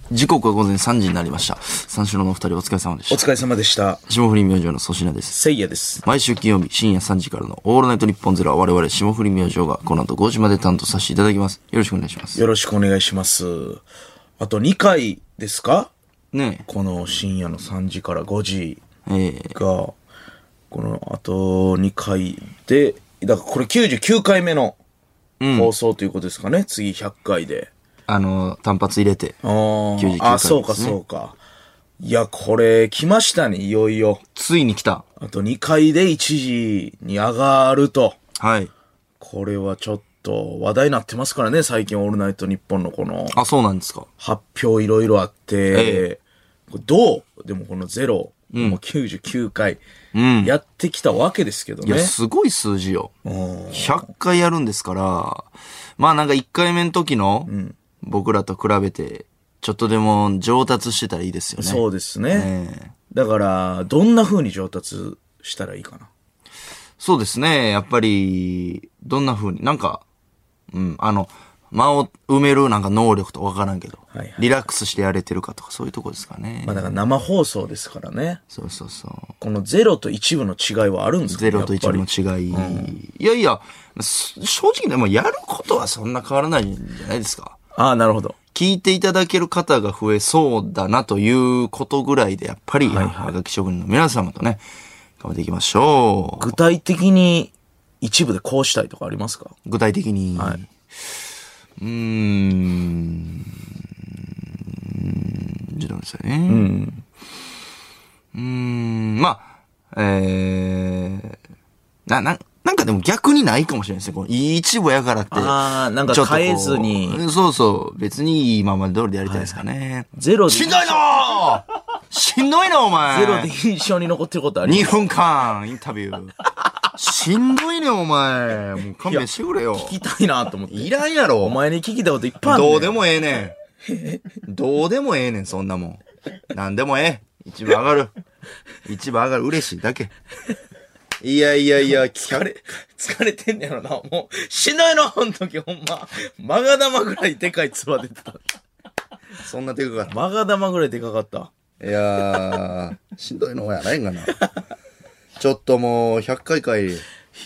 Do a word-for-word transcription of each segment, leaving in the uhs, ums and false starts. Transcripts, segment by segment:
時刻は午前さんじになりました。三四郎のお二人お疲れ様でした。 お疲れ様でした。 霜降り明星の粗品です。 せいやです。 毎週金曜日深夜さんじからのオールナイトニッポンゼロは我々霜降り明星がこの後ごじまで担当させていただきます。よろしくお願いします。 よろしくお願いします。あとにかいですかねえ。 この深夜のさんじからごじが、 ええ、 このあとにかいで、だからこれきゅうじゅうきゅうかいめの放送ということですかね。うん、次ひゃっかいで。 あの、単発入れて。 ああ、あ、そうかそうか。いや、これ来ましたね、いよいよ。 ついに来た。 あとにかいでいちじに上がると。 はい。 これはちょっと話題になってますからね、最近オールナイトニッポンのこの。 あ、そうなんですか。 発表いろいろあって、 ええ、どうでもこのゼロ、うん、もうきゅうじゅうきゅうかい、うん、やってきたわけですけどね。 いや、すごい数字よ。ひゃっかいやるんですから、まあなんかいっかいめの時の、うん僕らと比べて、ちょっとでも上達してたらいいですよね。 そうですね。えー、だから、どんな風に上達したらいいかな。 そうですね。やっぱり、どんな風に、なんか、うん、あの、間を埋めるなんか能力とかわからんけど、はいはい、リラックスしてやれてるかとかそういうとこですかね。 まあだから生放送ですからね。 そうそうそう。 このゼロと一部の違いはあるんですかね。 ゼロと一部の違い。うん、いやいや、正直でもやることはそんな変わらないんじゃないですか。 ああ、なるほど。 聞いていただける方が増えそうだなということぐらいで、やっぱり、はいはい、はがき職人の皆様とね、頑張っていきましょう。 具体的に一部でこうしたいとかありますか？ 具体的に。はい、うーん。ちょっと待ってくださいね。うん。うーん、まあ、えー、な、な、なんかでも逆にないかもしれないですね。このいい一部やからって。 ああ、なんか変えずに。 そうそう。別にいいまま通りでやりたいですかね。はいはい、 ゼロで。 しんどいのしんどいのお前。 ゼロで印象に残ってることあります？ にふんかんインタビュー。しんどいねお前。もう勘弁してくれよ。 聞きたいなと思って。 いらんやろ。 お前に聞きたいこといっぱいある、ね。 どうでもええねん。どうでもええねん、そんなもん。なんでもええ。一部上がる。一部上がる。嬉しいだけ。いやいやいや、 疲れ、疲れてんねやろな。もう、しんどいのほんときほんま。マガ玉ぐらいでかいつば出てた。 そんなでかかった。 マガ玉ぐらいでかかった。 いやー、しんどいのやないんかな。ちょっともう、ひゃっかいかい。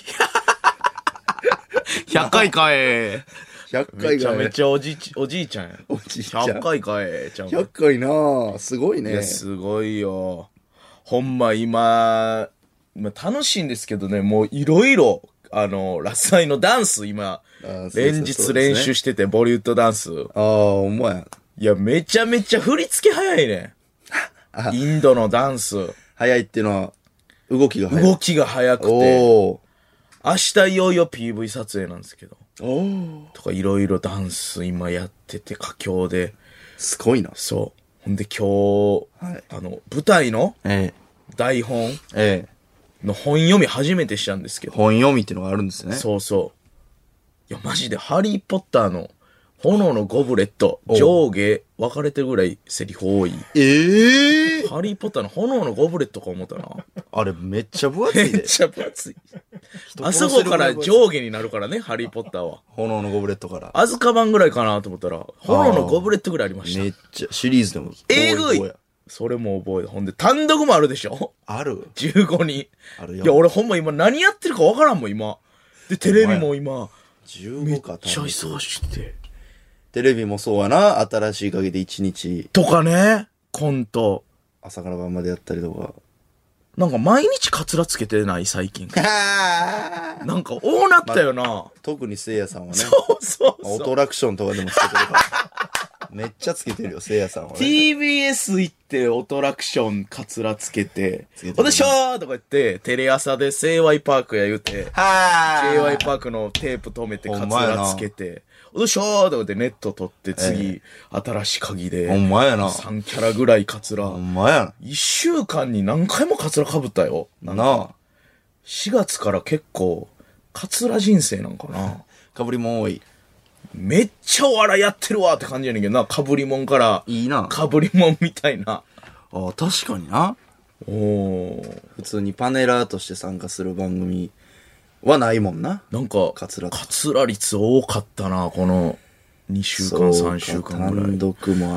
ひゃっかいかい。 ひゃっかいかい。 めちゃめちゃおじ、おじいちゃんや。 おじいちゃん。 ひゃっかいかい。 ひゃっかいなー。すごいね。 いや、すごいよ。ほんま今、まあ、楽しいんですけどね、もういろいろ、あの、ラスアイのダンス今、連日練習してて、ボリウッドダンス。 ああ、お前。 いや、めちゃめちゃ振り付け早いね。インドのダンス。 早いっていうのは、動きが早い。 動きが早くて。お明日いよいよ ピーブイ 撮影なんですけど。おとかいろいろダンス今やってて、佳境で。 すごいな。 そう。ほんで今日、はい、あの、舞台の台本。ええ。の本読み初めてしたんですけど。 本読みっていうのがあるんですね。 そうそう。いや、マジでハリーポッターの炎のゴブレット、上下分かれてるぐらいセリフ多い。ええー、ハリーポッターの炎のゴブレットか思ったな。 あれめっちゃ分厚いで。 めっちゃ分厚い。あそこから上下になるからね、ハリーポッターは。 炎のゴブレットから。 アズカバンぐらいかなと思ったら、炎のゴブレットぐらいありました。 めっちゃ、シリーズでも。 えぐい。それも覚えて。ほんで、単独もあるでしょ？ ある ? じゅうご 人。あるよ。いや、俺ほんま今何やってるかわからんもん、今。で、テレビも今、 じゅうごか、 めっちゃ忙しくて。 テレビもそうやな、新しい影でいちにち。 とかね、コント。 朝から晩までやったりとか。 なんか毎日カツラつけてない最近。なんか大なったよな。まあ、 特にせいやさんはね。 そうそうそう。 オトラクションとかでもつけてるから。めっちゃつけてるよ、せいやさんは、ね。 ティービーエス 行ってオトラクションカツラつけて、おでしょーとか言って、テレ朝で ジェイワイ パークや言うて、ジェイワイ パークのテープ止めてカツラつけて、おでしょーとか言ってネット取って次、えー、新しい鍵で、 ほんまやな。 さんキャラぐらいカツラ。 ほんまやな。 いっしゅうかんに何回もカツラ被ったよ。 なあ。 しがつから結構、カツラ人生なんかな。 かぶりも多い。 めっちゃお笑いやってるわって感じやねんけどな、かぶりもんから。 いいな。 かぶりもんみたいな。 ああ、確かにな。おー。普通にパネラーとして参加する番組はないもんな。 なんか、 カツラ。 カツラ率多かったな、このにしゅうかん、さんしゅうかんぐらい。 単独もあっ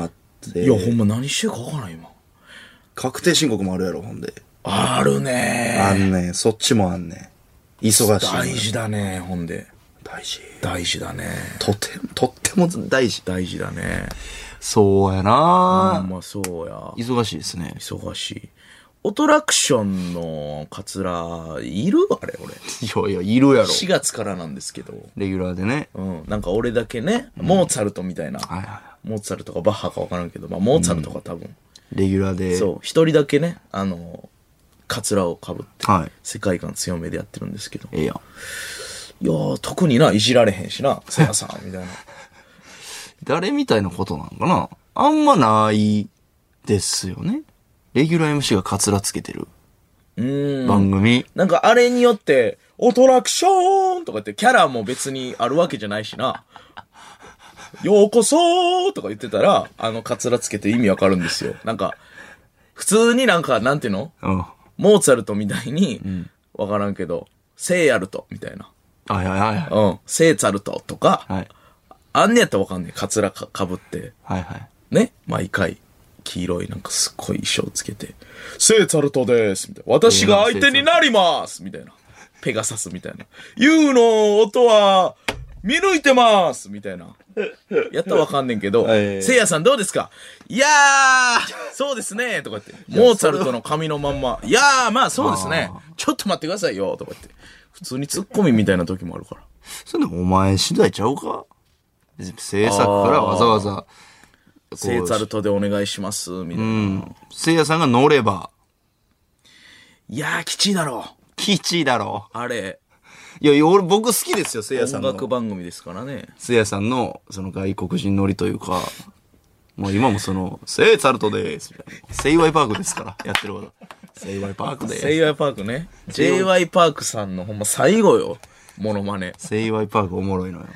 て。 いや、ほんま何してるかわからん、今。 確定申告もあるやろ、ほんで。 あるねあんねん。そっちもあんねん。忙しい。 大事だね、ほんで。 大事。 大事だね。 とても、とっても大事。 大事だね。 そうやなほんまそうや。 忙しいですね。 忙しい。オトラクションのカツラ、いるあれ、俺。 いやいや、いるやろ。 しがつからなんですけど。 レギュラーでね。 うん。なんか俺だけね、モーツァルトみたいな。 はいはモーツァルトかバッハかわからんけど、まあ、モーツァルトか多分。 い。レギュラーで。 そう。一人だけね、あの、カツラをかぶって、 はい。 世界観強めでやってるんですけど。 ええやん。 いやー、特にな、いじられへんしな、せやさん、みたいな。 誰みたいなことなのかなあんまないですよね。レギュラー エムシー がカツラつけてるうーん。 番組。 なんかあれによって、オトラクションとかってキャラも別にあるわけじゃないしな。ようこそーとか言ってたら、あのカツラつけて意味わかるんですよ。なんか、普通になんか、なんていうのうん。 モーツァルトみたいに、わからんけど、セイヤルトみたいな。 はいはいはい。 うん。セイツァルトとか、 はい。 あんねやったらわかんねえ。カツラかかぶって、 はいはい。 ね。毎回、黄色いなんかすっごい衣装つけて、セイツァルトですみたいな。私が相手になりますみたいな。ペガサスみたいな。ユーの音は、見抜いてますみたいな。やったらわかんねんけど、 はいせいやさんどうですかいやー、そうですねとか言って。モーツァルトの髪のまんま。いやー、まあそうですね。ちょっと待ってくださいよとか言って。普通にツッコミみたいな時もあるから。 それでもお前次第ちゃうか制作からわざわざ。 セイツァルトでお願いしますみたいな。 うん。せいやさんが乗れば。 いやー、きちいだろ。 きちいだろ。 あれ。 いやいや、俺僕好きですよ、せいやさんの。 音楽番組ですからね。 せいやさんの、その外国人乗りというか、もう今もその、セイツァルトでーす、みたいな。セイワイパークですから、やってること。セイワイパークでーす。 セイワイパークね。ジェイワイ パークさんのほんま最後よ。モノマネ。 セイワイパークおもろいのよ。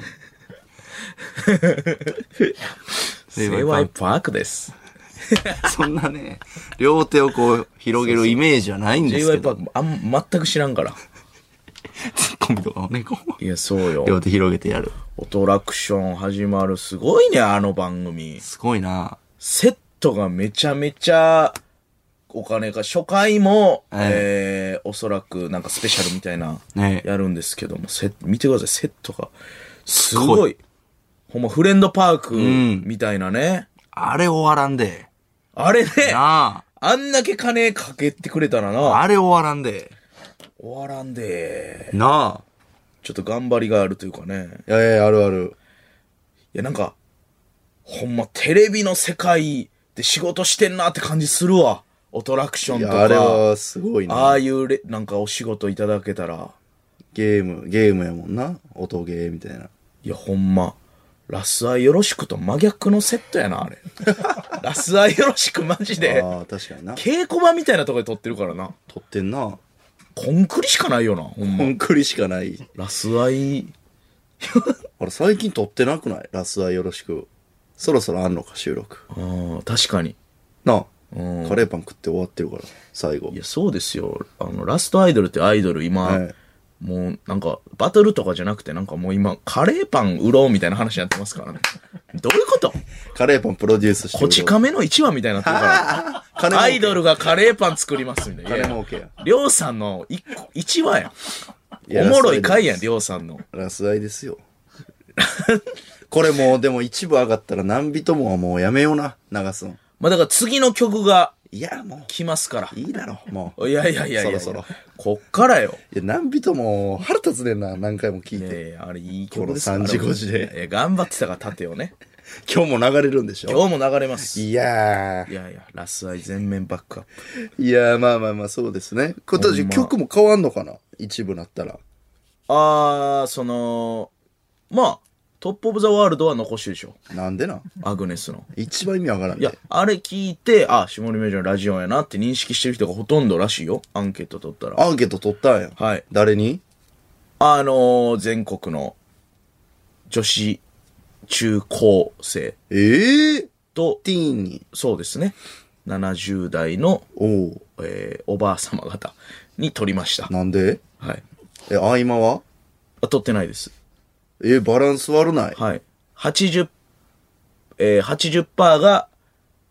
セイワイパークです。 そんなね、両手をこう、広げるイメージはないんですけど。 ジェイワイ パークあん、全く知らんから。 ツッコミとかをね、こう。 いや、そうよ。 両手広げてやる。 オトラクション始まる。すごいね、あの番組。 すごいな。 セットがめちゃめちゃ、お金が、初回も、 はいえー、おそらくなんかスペシャルみたいな、 ねやるんですけども、セ見てください、セットが。すすごごい。ほんま、フレンドパークんみたいなね。 あれ終わらんで。 あれね、 なあんだけ金かけてくれたらあ。 な、 あれ終わらんで。 終わらんで、 なあ。 ちょっと頑張りがあるというかね。 いやいや、あるある。 いや、なんか、ほんま、テレビの世界で仕事してんなって感じするわ。オトラクションとか。 いや、あれはすごいな。 ああいうレ、なんかお仕事いただけたら。 ゲーム、ゲームやもんな。音ゲーみたいな。 いや、ほんま。ラスアイよろしくと真逆のセットやな、あれ。ラスアイよろしくマジで。 ああ、確かにな。 稽古場みたいなとこで撮ってるからな。 撮ってんな。 コンクリしかないよな、ほんま。 コンクリしかない。 ラスアイ、 あれ、最近撮ってなくないラスアイよろしく。そろそろあんのか、収録。 ああ、確かに。 なあ。 うんカレーパン食って終わってるから、最後い。や、そうですよ。あの、ラストアイドルってアイドル今、 はいもうなんか、バトルとかじゃなくてなんかもう今、カレーパン売ろうみたいな話になってますからね。どういうことカレーパンプロデュースしてこち亀のいちわみたいになってるか金ら。アイドルがカレーパン作りますみたいな。 金儲けや。 りょうさんのいっこいちわやん。 いやおもろい回やん、りょうさんの。 ラスアイですよ。これもう、でも一部上がったら何人もはもうやめような、流すの。 まあだから次の曲がいや、も来ますから。 う、いいだろ、もう。 いやいやいやいやいやそろそろこっからよ。 いや、何人も腹立つねんな、何回も聞いて。 いやいや、あれいい曲ですこのさんじごじでいやいや、頑張ってたから盾をね。 今日も流れるんでしょ今日も流れます。いいやー。 やいや、ラスアイ全面バックアップ。 いやー、まあまあまあ、そうですね。今ほん年ま曲も変わんのかな一部なったら。 あー、その、まあ、トップオブザワールドは残してるでしょ。 なんでなんアグネスの。 一番意味わからんねいや、あれ聞いて、あ、下り明星のラジオやなって認識してる人がほとんどらしいよ。アンケート取ったら。 アンケート取ったんや。 はい。 誰にあのー、全国の女子中高生ええー、 と、 ティーンに。 そうですね。ななじゅう代の、 おうえー、おばあ様方に取りました。 なんではい。 え、合間はあ、取ってないです。 え、バランス悪ない。 はい。はちじゅう、えー、はちじゅっパーセントが、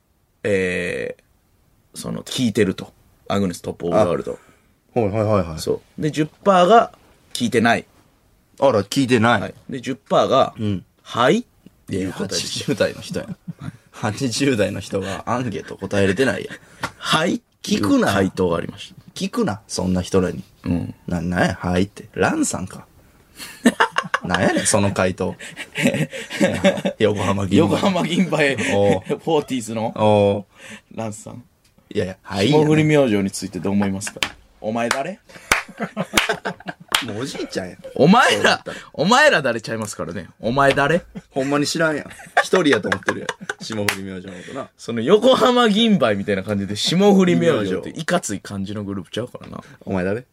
えー、その、聞いてると。アグネストップオブワールド。 はいはいはいはい。 そう。で、じゅっパーセント が聞いてない。 あら、聞いてない。 はい。で、じゅっパーセント が、 うん。 はいっていう答えです。 はちじゅう代の人や。はちじゅう代の人がアンケート答えれてないやん。 はい聞くな。 回答がありました。 聞くな、そんな人らに。 うん。 な、なんや、はいって。ランさんか。なんやねん、その回答。横浜銀横浜銀馬へ、フおォーティーズのおランスさん。 いやいや、はいや霜な。 降り明星についてどう思いますか？お前誰？ もうおじいちゃんやん。 お前ら、お前ら誰ちゃいますからね。お前誰？ ほんまに知らんやん。一人やと思ってるやん。霜降り明星のことな。 その横浜銀馬みたいな感じで霜降り明星っていかつい感じのグループちゃうからな。 お前誰？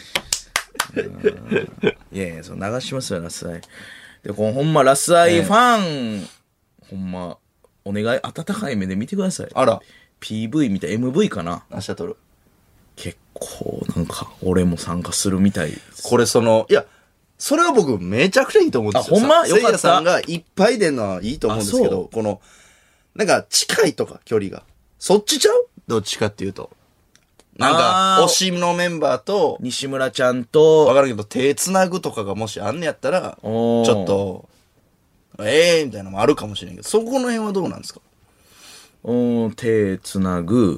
いやいや、そう流しますよ、ラスアイ。で、このほんまラスアイファン、ほんま、お願い、温かい目で見てください。 あら。 ピーブイ みたい、エムブイ かな。 明日撮る。 結構、なんか、俺も参加するみたいです。 これその、いや、それは僕めちゃくちゃいいと思うんですよ。 あほんまよかったせいやさんがいっぱい出るのはいいと思うんですけあそど、この、なんか近いとか距離が。そっちちゃう？どっちかっていうと。なんか、 あー推しのメンバーと、 西村ちゃんわと、 からんけど手繋ぐとかがもしあんねやったら、ちおーょっと、ええー、みたいなのもあるかもしれんけど、そこの辺はどうなんですか？ うん、手つなぐ。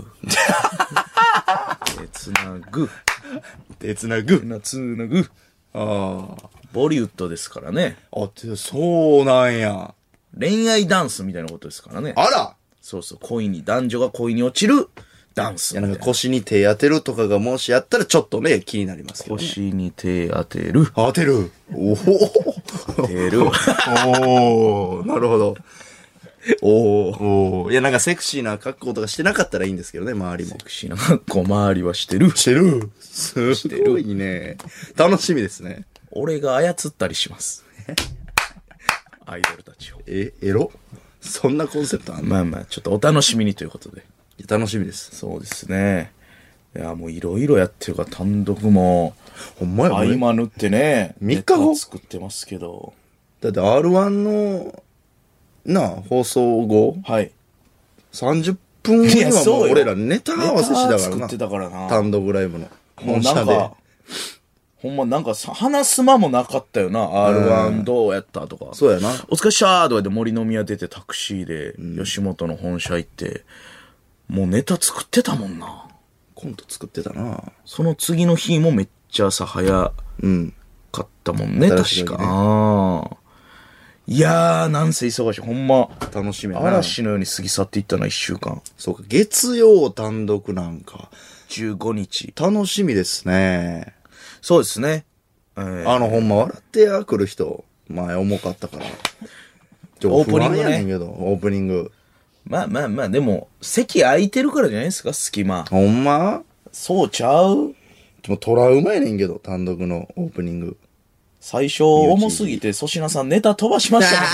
手つなぐ。 手繋ぐ。 なつなぐ。 ああ。 ボリウッドですからね。 あ、てそうなんや。 恋愛ダンスみたいなことですからね。 あらそうそう、恋に、男女が恋に落ちるダンスいや、 みたいな。 なんか腰に手当てるとかがもしやったらちょっとね、気になりますけど、ね。 腰に手当てる。 当てる。おお。 当てる。 おおなるほど。おおおいや、なんかセクシーな格好とかしてなかったらいいんですけどね、周りも。 セクシーな格好周りはしてる。 してる。すごいね。楽しみですね。 俺が操ったりします。アイドルたちを。 え、エロそんなコンセプトあんの？ まあまあ、ちょっとお楽しみにということで。 楽しみです。 そうですね。いや、もういろいろやってるから、単独も、 ほんまや合間縫ってね、 みっかごネタ作ってますけど。 だって アールワン の、なあ、放送後、 はい。 さんじゅっぷんにはもう俺らネタ合わせしだからな。 ネタ作ってたからな。 単独ライブの。 もう本社で。 なんか、ほんまなんかさ、話す間もなかったよな。アールワン どうやったとか。 そうやな。 お疲れっしたーとかで森の宮出てタクシーで、吉本の本社行って、もうネタ作ってたもんな。 コント作ってたな。 その次の日もめっちゃ朝早うん。 かったもんね、確か。 新しい時ねああ。いやー、なんせ忙しい。ほんま。 楽しみやな。 嵐のように過ぎ去っていったな、一週間。 そうか、月曜単独なんか。 じゅうごにち。 楽しみですね。 そうですね。えーあの、ほんま、笑ってや来る人、前重かったから。ちょオープニングね不安やねんけど、オープニング。 まあまあまあ、でも、席空いてるからじゃないですか、隙間。 ほんまそうちゃう？ でもトラウマやねんけど、単独のオープニング。 最初、重すぎて、粗品さんネタ飛ばしました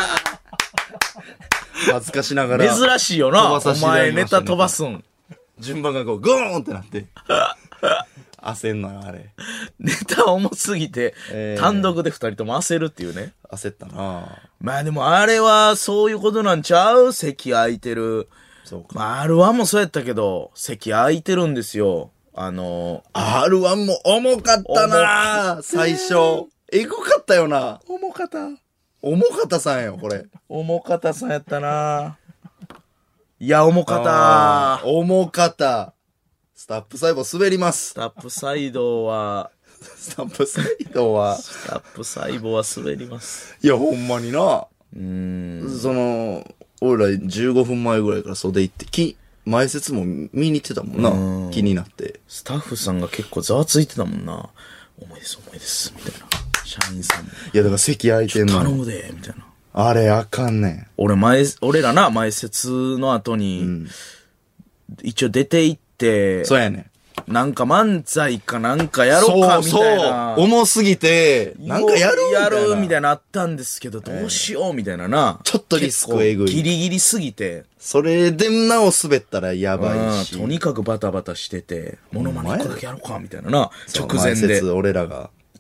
恥ずかしながもんね。 ら。 珍しいよな。 飛ばさおせていただ前ネきましたねタ飛ばすん。 順番がこう、ゴーンってなって。焦んのよ、あれ。 ネタ重すぎて、 えー単独で二人とも焦るっていうね。 焦ったなまあでもあれはそういうことなんちゃう？席空いてる。 そうか。 まあ アールワン もそうやったけど、席空いてるんですよ。あの、 アールワン も重かったな最初。エグかったよな。 重かった。 重かったさんよ、これ。 重かったさんやったないや、重かった。 重かった。スタップ細胞滑りますス。タップサイドは、 スタップサイドは。 スタップ細胞は滑ります。 いや、ほんまにな。 うーん。 その、俺らじゅうごふんまえぐらいから袖行って、き、前説も見に行ってたもんな。 うん気になって。 スタッフさんが結構ざわついてたもんな。重いです、重いです、みたいな。社員さんも。 いや、だから席空いてんのに。 頼むで、みたいな。 あれ、あかんねん。 俺前、俺らな、前説の後に、一応出て行って、 そうやねん。 なんか漫才かなんかやろうか、みたいな。 そう、重すぎて、なんかやるみたやいな。 るみたいなあったんですけど、どうしようみたいなな。 ちょっとリスクえぐい結構ギリギリすぎて。 それでなお滑ったらやばいし。 うんとにかくバタバタしてて、モノマネ一個だけやろうかみたいなな。 そう直前で。 前説俺らが。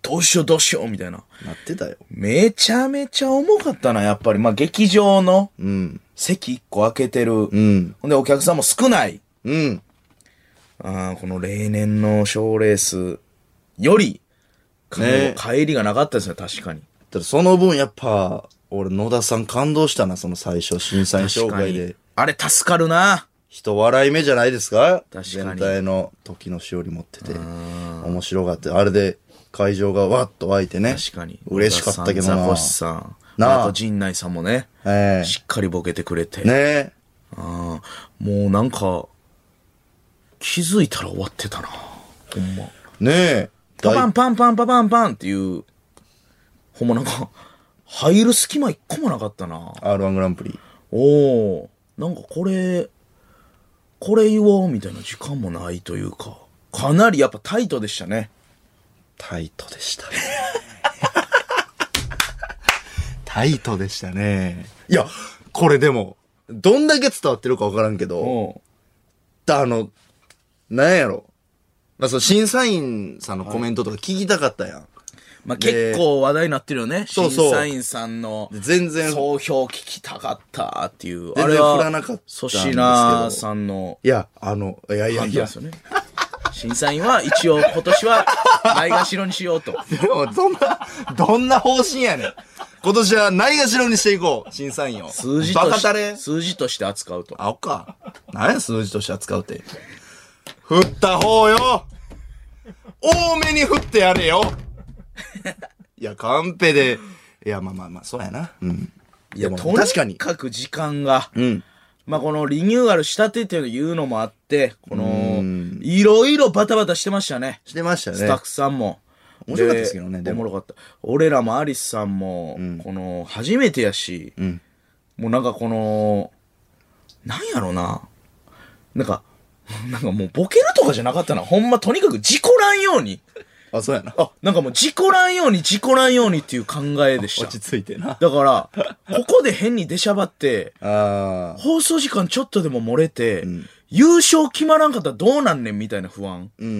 どうしようどうしようみたいな。 なってたよ。 めちゃめちゃ重かったな、やっぱり。まあ、劇場のうん。 席一個開けてる。 うん。 ほんで、お客さんも少ない。 うん。 ああ、この例年の賞レースより、ね、帰りがなかったですね、確かに。 だからその分やっぱ、俺野田さん感動したな、その最初、審査員紹介で。 あれ助かるな。 人笑い目じゃないですか？ 確かに。 全体の時のしおり持ってて。面白かった。あれで会場がわっと湧いてね。 確かに。 嬉しかったけどな。 ザコシさん。なあ。あと陣内さんもね。えー、しっかりボケてくれて。 ねえ。 あもうなんか、気づいたら終わってたな。ほんま。 ねえ。 パパンパンパンパパンパンっていう、ほんまなんか、入る隙間一個もなかったな。 アールワン グランプリ。 おー。なんかこれ、これ言おうみたいな時間もないというか、かなりやっぱタイトでしたね。 タイトでしたね。タイトでしたね。いや、これでも、どんだけ伝わってるかわからんけど、あの、なんやろ。まあ、その審査員さんのコメントとか聞きたかったやん。はい、 まあ、結構話題になってるよね。そうそう。審査員さんの全然総評聞きたかったっていう。 全然振らなかったんですけど。 粗品さんの。 いや、あの、いやいやいや。 ね、審査員は一応今年はないがしろにしようと。 でも、そんな、どんな方針やねん。今年はないがしろにしていこう、審査員を。 数字として、数字として扱うと。 あおか。何や数字として扱うって。振った方よ。多めに振ってやれよ。いや、カンペで、いや、まあまあまあ、そうやな。うん。 いや、とにかく時間が、うん。まあ、このリニューアルしたてっていうのもあって、この、いろいろバタバタしてましたね。 してましたね。 スタッフさんも。 面白かったですけどね、 でも。おもろかった。俺らもアリスさんも、うん、この、初めてやし、うん、もうなんかこの、なんやろな。なんか、なんかもうボケるとかじゃなかったな。ほんまとにかく事故らんように。 あ、そうやな。 あ、なんかもう事故らんように事故らんようにっていう考えでした。 落ち着いてな。 だから、ここで変に出しゃばって、あ放送時間ちょっとでも漏れて、うん、優勝決まらんかったらどうなんねんみたいな不安。うん。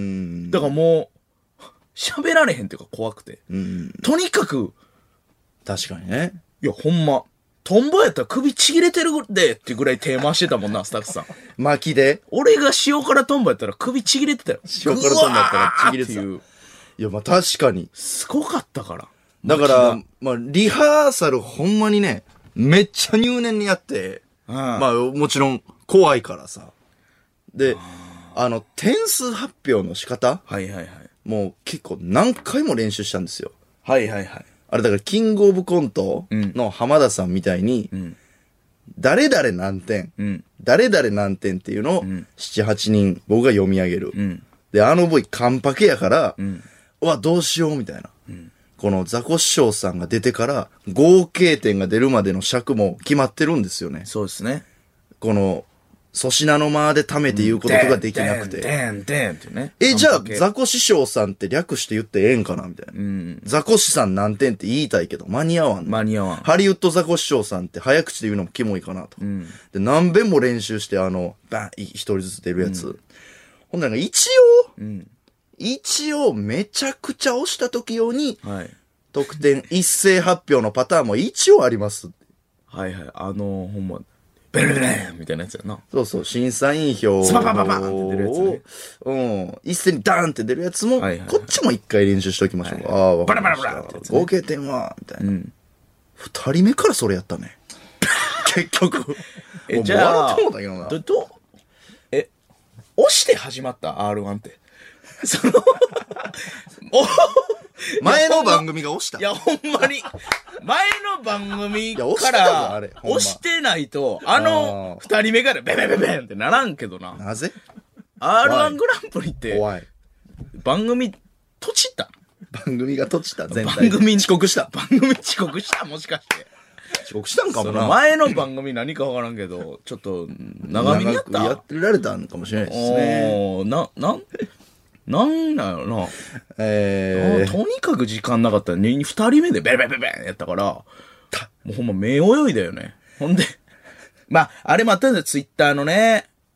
だからもう、喋られへんっていうか怖くて。うん。とにかく、 確かにね。 いや、ほんま。トンボやったら首ちぎれてるでってぐらい手回してたもんな、スタッフさん。 巻きで俺が塩辛トンボやったら首ちぎれてたよ。 塩辛トンボやったらちぎれてた。いや、まあ確かに。 すごかったから。 だから、まあリハーサルほんまにね、めっちゃ入念にやって、うん、まあもちろん怖いからさ。で、あの、点数発表の仕方はいはいはい。 もう結構何回も練習したんですよ。 はいはいはい。 あれだから、キングオブコントの浜田さんみたいに、うん、誰々何点、うん、誰々何点っていうのを、なな、はちにん僕が読み上げる。うん、で、あのボイカンパケやから、うん、うわ、どうしようみたいな。うん、このザコシショウさんが出てから、合計点が出るまでの尺も決まってるんですよね。 そうですね。 この、粗品の間で貯めて言うことができなくて。 でんでんってね。 え、じゃあ、ザコ師匠さんって略して言ってええんかなみたいな。うん、ザコ師さん何点って言いたいけど、間に合わん、ね。 間に合わん。 ハリウッドザコ師匠さんって早口で言うのもキモいかなと。うん、で、何遍も練習して、あの、バン、一人ずつ出るやつ。うん、ほんなら一応、うん、一応、めちゃくちゃ押した時用に、はい、得点一斉発表のパターンも一応あります。 はいはい。あのー、ほんま。ベルベレンみたいなやつやな。 そうそう、審査員票を。 スパパパパって出るやつね。 うん。一斉にダーンって出るやつも、はいはいはい、こっちも一回練習しときましょうか。はいはい、ああ、わかりました。バラバラバラってやつ、ね、合計点は、みたいな。うん。二人目からそれやったね。結局。 え、じゃあ、ど、ど、え、押して始まった アールワン って。その、お前の番組が押した。 いや、ほんまに。前の番組から押してないと、あの二人目からベベベベンってならんけどな。 なぜアールワン グランプリって、番組、とちった番組がとちった全体。番組遅刻した。番組遅刻したもしかして。 遅刻したんかもな。 前の番組何かわからんけど、ちょっと、長めにやった。 やってられたんかもしれないですね。 な、なん、なんなんやろな。 えー、とにかく時間なかったら、二人目でベベベベンやったから、もうほんま目泳いだよね。ほんで、まあ、あれもあったんですよ、ツイッターのね、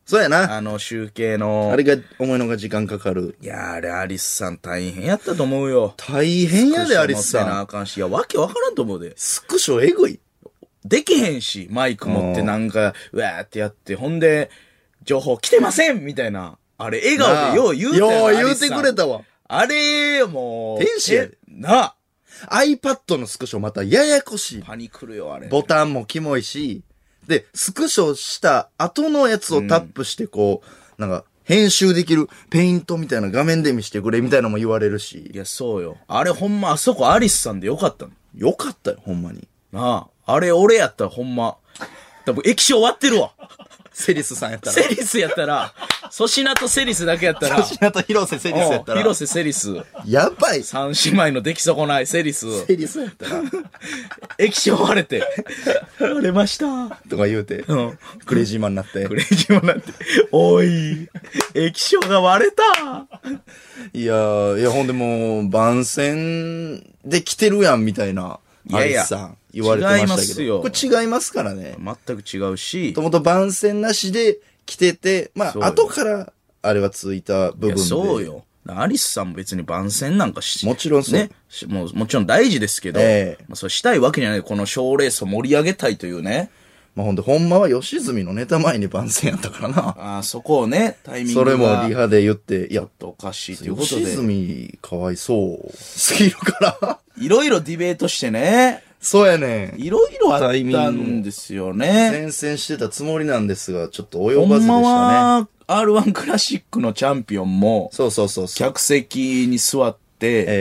そうやな。 あの集計の。 あれが思いのが時間かかる。 いや、あれアリスさん大変やったと思うよ。 大変やで、アリスさん。 なあかんし、いや、わけわからんと思うで。 スクショえぐい。 できへんし、マイク持ってなんか、うわーってやって、ほんで、情報来てませんみたいな。あれ、笑顔でよう言うてよう言うてくれたわ。 あれ、もう。 天使やで。 なあ。 iPad のスクショまたややこしい。 パニクるよ、あれ。 ボタンもキモいし、で、スクショした後のやつをタップしてこう、うん、なんか、編集できるペイントみたいな画面で見してくれみたいなのも言われるし。 いや、そうよ。あれほんま、あそこアリスさんでよかったの。 よかったよ、ほんまに。 なあ。あれ俺やったらほんま、多分液晶終わってるわ。 セリスさんやったら。 セリスやったら、粗品とセリスだけやったら。 粗品と広瀬セリスやったら。 広瀬セリス。 やばい。 三姉妹の出来損ないセリス。 セリスやったら。 液晶割れて。割れました。 とか言うて。うん。クレイジーマンになって。 クレイジーマンになって。おい。液晶が割れた。 いやー、いやほんでもう、番宣で来てるやんみたいな。 いやいや。 言われてましたけど。違いますよ。 これ違いますからね。 全く違うし。 ともと番宣なしで来てて、まあ、後から、あれはついた部分で。 そうよ。アリスさんも別に番宣なんかし、 もちろんそう。 ね。もう、もちろん大事ですけど、ええまあ、それしたいわけじゃない。この賞レースを盛り上げたいというね。 まあほんで、ほんまは吉住のネタ前に番宣やったからな。 ああ、そこをね、タイミングが。 それもリハで言って、いや、 ちょっとおかしいということで。 吉住かわいそうすぎるから。 いろいろディベートしてね。 そうやねん。いろいろあったんですよね。 先々してたつもりなんですが、ちょっと及ばずでしたね。 ほんまは アールワン クラシックのチャンピオンも、 そうそうそうそう。 客席に座って、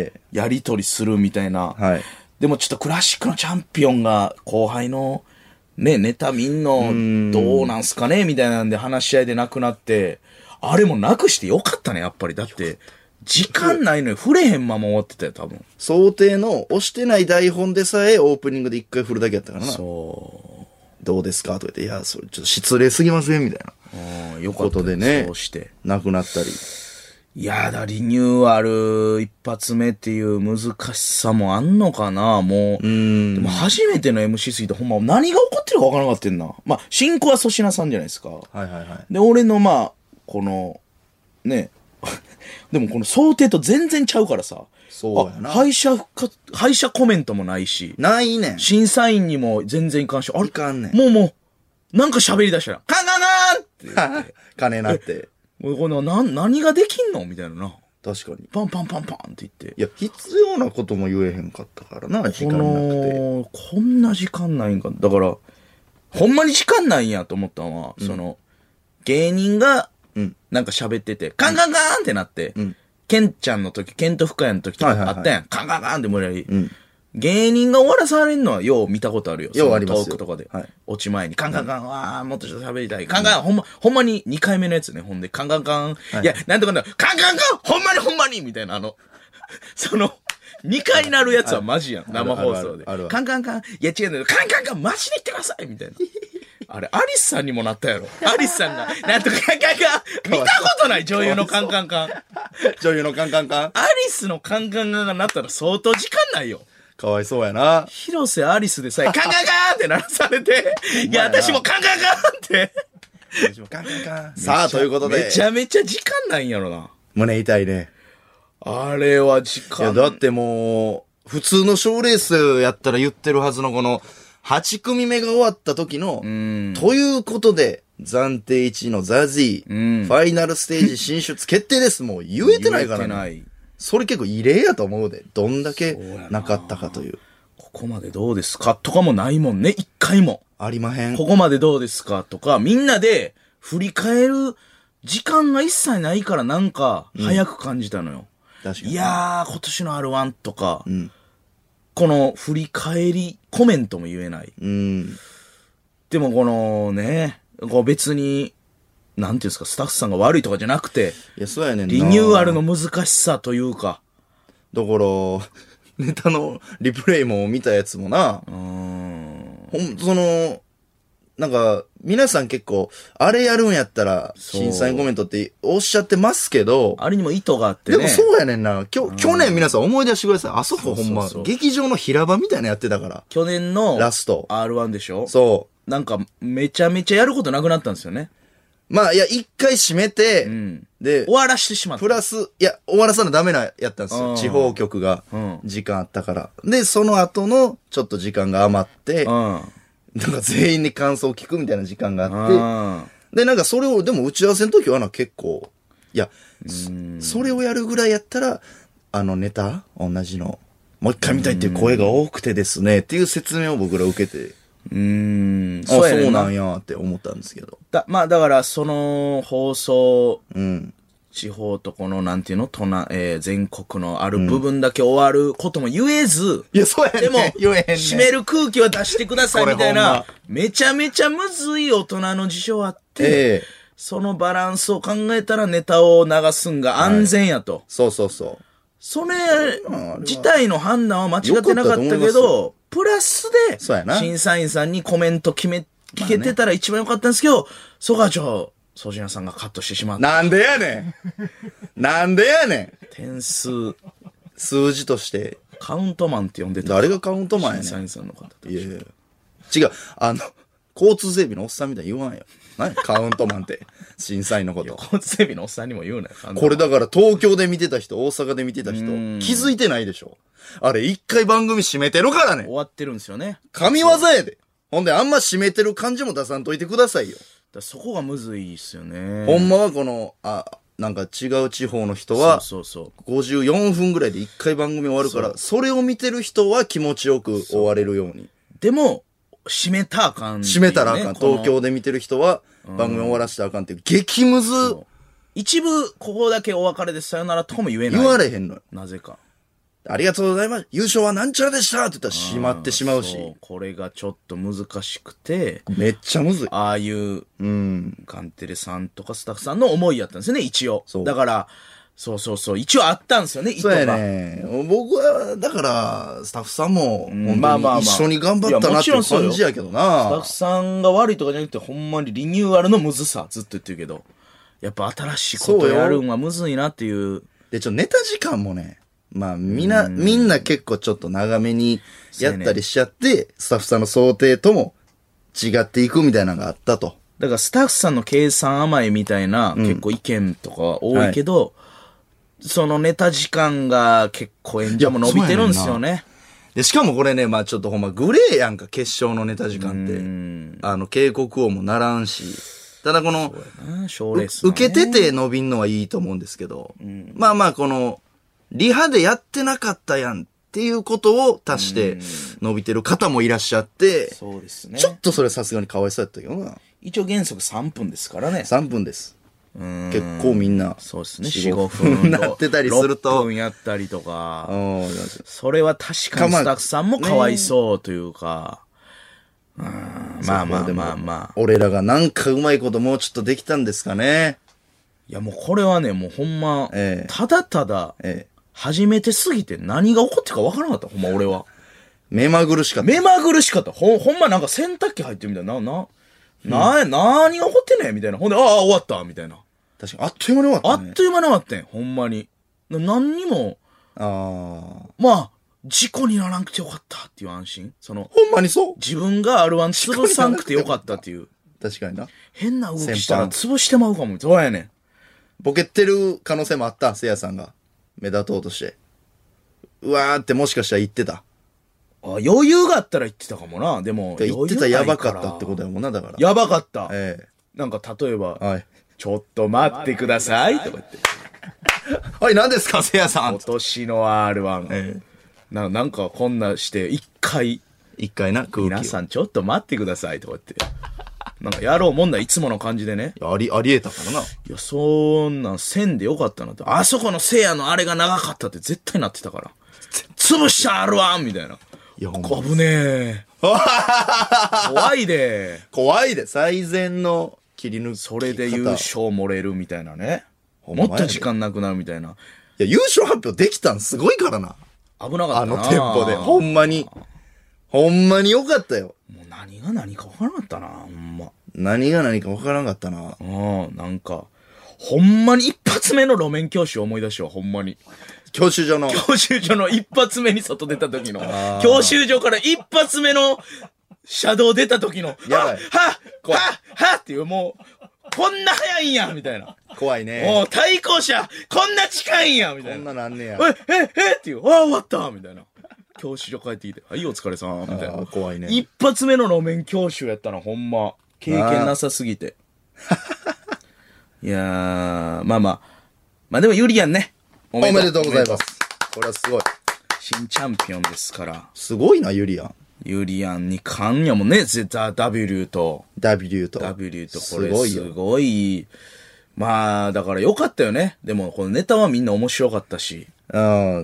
やりとりするみたいな。 はい。 でもちょっとクラシックのチャンピオンが後輩の、ね、ネタ見んの、どうなんすかねみたいなんで話し合いでなくなって、あれもなくしてよかったね、やっぱり。だって、時間ないのに触れへんまま終わってたよ、多分。 想定の押してない台本でさえオープニングで一回振るだけやったからな。 そう。 どうですかとか言って、いや、それちょっと失礼すぎませんみたいな。 うん、よかった。ことでね。そうして。 なくなったり。 いやだ、リニューアル一発目っていう難しさもあんのかな、もう。うん。でも初めての エムシー すぎてほんま何が起こってるか分からなかったんな。まあ、進行は粗品さんじゃないですか。 はいはいはい。 で、俺のまあ、この、ね、でもこの想定と全然ちゃうからさ。 そうやな。 敗者復活、敗者コメントもないし。 ないねん。 審査員にも全然いかんし。あれいかんねん。 もうもう、なんか喋り出したら、カンカンカンって。 金なって。 もうこの、な、何ができんのみたいなな。 確かに。 パンパンパンパンって言って。 いや、必要なことも言えへんかったからな、時間なくて。 こんな時間ないんか。だから、ほんまに時間ないんやと思ったのは、うん、その、芸人が、なんか喋ってて、カンカンカンってなって、うん、ケンちゃんの時、ケント深谷の時とかあったやん。はいはいはい、カンカンカンって盛り上がり、うん。芸人が終わらされるのはよう見たことあるよ。 ようありますよ。 トークとかで。はい。落ち前に、カンカンカン、わー、もっとちょっと喋りたい。カンカン、ほんま、ほんまににかいめのやつね。ほんで、カンカンカン、はい、いや、なんとかな、カンカンカン、ほんまにほんまにみたいな、あの、その、にかいなるやつはマジやん。生放送で。カンカンカン、いや違うんだよ。カンカンカン、マジで言ってくださいみたいな。あれ、アリスさんにもなったやろ。アリスさんが、なんとかカンカンカン、見たことない女優のカンカンカン。 女優のカンカンカン。 アリスのカンカンカンがなったら相当時間ないよ。 かわいそうやな。 広瀬アリスでさえ、カンカンカンって鳴らされて、いや、私もカンカンカンって。 私もカンカンカン。さあ、ということで。 めちゃめちゃ時間ないんやろな。 胸痛いね。 あれは時間。 いや、だってもう、普通の賞レースやったら言ってるはずのこの、はち組目が終わった時の、ということで、暫定いちいのザジー、ファイナルステージ進出決定です。もう言えてないからね。言えてない。それ結構異例やと思うで。どんだけなかったかという。 ここまでどうですかとかもないもんね。一回も。 ありまへん。 ここまでどうですかとか、みんなで振り返る時間が一切ないからなんか早く感じたのよ。 うん、確かに。 いやー、今年の アールワン とか、うん、この振り返り、コメントも言えない。うん、でもこのね、こう別に、なんていうんですか、スタッフさんが悪いとかじゃなくて、 いや、そうやねんな。 リニューアルの難しさというか。 だから、ネタのリプレイも見たやつもな、うーんほん、その、なんか、皆さん結構、あれやるんやったら、審査員コメントっておっしゃってますけど、 あれにも意図があってね。 でもそうやねんな。きょ去年皆さん思い出してください。あそこほんま、そうそうそう劇場の平場みたいなのやってたから。 去年の、 ラスト。 アールワン でしょそう。 なんか、めちゃめちゃやることなくなったんですよね。 まあ、いや、一回閉めて、 うん、 で、 終わらしてしまった。 プラス、いや、終わらさなダメなやったんですよ。地方局が、時間あったから。で、その後の、ちょっと時間が余って、うん、なんか全員に感想を聞くみたいな時間があって、で、なんかそれを、でも打ち合わせの時はな、結構、いや、それをやるぐらいやったら、あのネタ同じの、もう一回見たいっていう声が多くてですね、っていう説明を僕ら受けて、 うーん。 あ、そう, そうなんやって思ったんですけど。 だまあだから、その放送、うん、地方とこの、なんていうの、都内、えー、全国のある部分だけ終わることも言えず、うん、 いや、そうやね。 でも、 言えへんね。 締める空気は出してくださいみたいな、めちゃめちゃむずい大人の事情あって、えー、そのバランスを考えたらネタを流すんが安全やと。はい、 そうそうそう。 それ自体の判断は間違ってなかったけど、プラスで、審査員さんにコメント決め、聞けてたら一番良かったんですけど、そこはちょ、ソジナさんがカットしてしまった。 なんでやねんなんでやねん点数。 数字として。 カウントマンって呼んでた。 誰がカウントマンやねん。 審査員さんの方。 いやいや。違う。あの、交通整備のおっさんみたいに言わんよ。何カウントマンって。審査員のこと。 交通整備のおっさんにも言うなよ。 これだから東京で見てた人、大阪で見てた人、気づいてないでしょ。あれ一回番組閉めてるからね。 終わってるんですよね。 神業やで。ほんであんま閉めてる感じも出さんといてくださいよ。 だそこがむずいっすよね。 ほんまはこの、あ、なんか違う地方の人は、 そうそうそう。 ごじゅうよんぷんぐらいで一回番組終わるから、そ, それを見てる人は気持ちよく終われるように。 でも、閉めたらあかん、ね。 閉めたらあかん。東京で見てる人は、番組終わらせたらあかんっていう、激ムズ。 一部、ここだけお別れでさよならとかも言えない。 言われへんのよ。 なぜか。 ありがとうございます。優勝はなんちゃらでしたって言ったら閉まってしまうし。 そうこれがちょっと難しくて。 めっちゃむずい。 ああいう、うん。カンテレさんとかスタッフさんの思いやったんですよね、一応。そう。だから、そうそうそう。一応あったんですよね、意図が。そうやね。 僕は、だから、スタッフさんも、まあまあ一緒に頑張ったなっていう感じやけどな。 スタッフさんが悪いとかじゃなくて、ほんまにリニューアルのむずさ、ずっと言ってるけど。やっぱ新しいことやるんはむずいなっていう。 で、ちょ、ネタ時間もね、まあ、みんな、みんな結構ちょっと長めにやったりしちゃって、スタッフさんの想定とも違っていくみたいなのがあったと。 だからスタッフさんの計算甘いみたいな、結構意見とか多いけど、はい、そのネタ時間が結構演者も伸びてるんですよね。 で、しかもこれね、まあちょっとほんまグレーやんか、決勝のネタ時間って。あの、警告音もならんし。ただこの、受けてて伸びんのはいいと思うんですけど、うん、まあまあこの、リハでやってなかったやんっていうことを足して伸びてる方もいらっしゃって、 そうですね。 ちょっとそれさすがにかわいそうやったけどな。 一応原則さんぷんですからね。 さんぷんです。結構みんな。 そうですね。よん、ごふん。 なってたりすると。 ろっぷんやったりとか。それは確かにスタッフさんもかわいそうというか。うん、まあまあまあまあ。 俺らがなんかうまいこともうちょっとできたんですかね。 いやもうこれはね、もうほんま、ええ、ただただ、ええ、初めてすぎて何が起こってかわからなかった、ほんま俺は。 目まぐるしかった。 目まぐるしかった。ほん、ほんまなんか洗濯機入ってるみたいな。な、な、うん、な、何が起こってんねんみたいな。ほんで、ああ、終わったみたいな。 確かに、あっという間に終わった、 ね。あっという間に終わってん、ほんまに。何にも、ああ。まあ、事故にならんくてよかったっていう安心。その、 ほんまにそう自分が アールワン 潰さんくてよかったっていう。 確かにな。 変な動きしたら潰してまうかも。そうやねん。 ボケてる可能性もあった、せいやさんが。目立とうとして。うわーってもしかしたら言ってた。 あ、余裕があったら言ってたかもな。でも、 言ってたらやばかったってことやもんな、だから。 やばかった。 ええ。 なんか例えば、はい、ちょっと待ってくださいとか言って。 はい、何ですか、せいやさん。 今年の アールワン。ええ。な、なんかこんなして、一回。 一回な、空気。 皆さんちょっと待ってくださいとか言って。なんかやろうもんないつもの感じでね。 あり、あり得たからな。いや、そんなんせんでよかったなって。あそこのせいやのあれが長かったって絶対なってたから。潰した アールワン みたいな。いや、ほんま。危ねえ。怖いで。 怖いで。最善の切り抜き。 それで優勝漏れるみたいなね。もっと時間なくなるみたいな。いや、優勝発表できたんすごいからな。 危なかったな。あのテンポで。ほんまに。ほんまによかったよ。 もう何が何か分からなかったな、ほんま。 何が何か分からなかったな。 うん、なんか、ほんまに一発目の路面教習を思い出しよう、ほんまに。 教習所の。 教習所の一発目に外出た時の。教習所から一発目の車道出た時の。 やばい。 はっはっはっはっていう、もう、 こんな早いんやみたいな。 怖いね。 おう、対向車こんな近いんやみたいな。 こんななんねや。 え、え、えっていう。ああ、終わったみたいな。教習所帰ってきて。はい、お疲れさん。みたいな。 怖いね。 一発目の路面教習やったな、ほんま。経験なさすぎて。いやー、まあまあ。まあでもユリアンね。 おめでとうございます。これはすごい。 新チャンピオンですから。 すごいな、ユリアン。 ユリアンに冠やもんね、ザ・ W と。 W と。 W と、これすごい。まあ、だから良かったよね。でも、このネタはみんな面白かったし。 うん。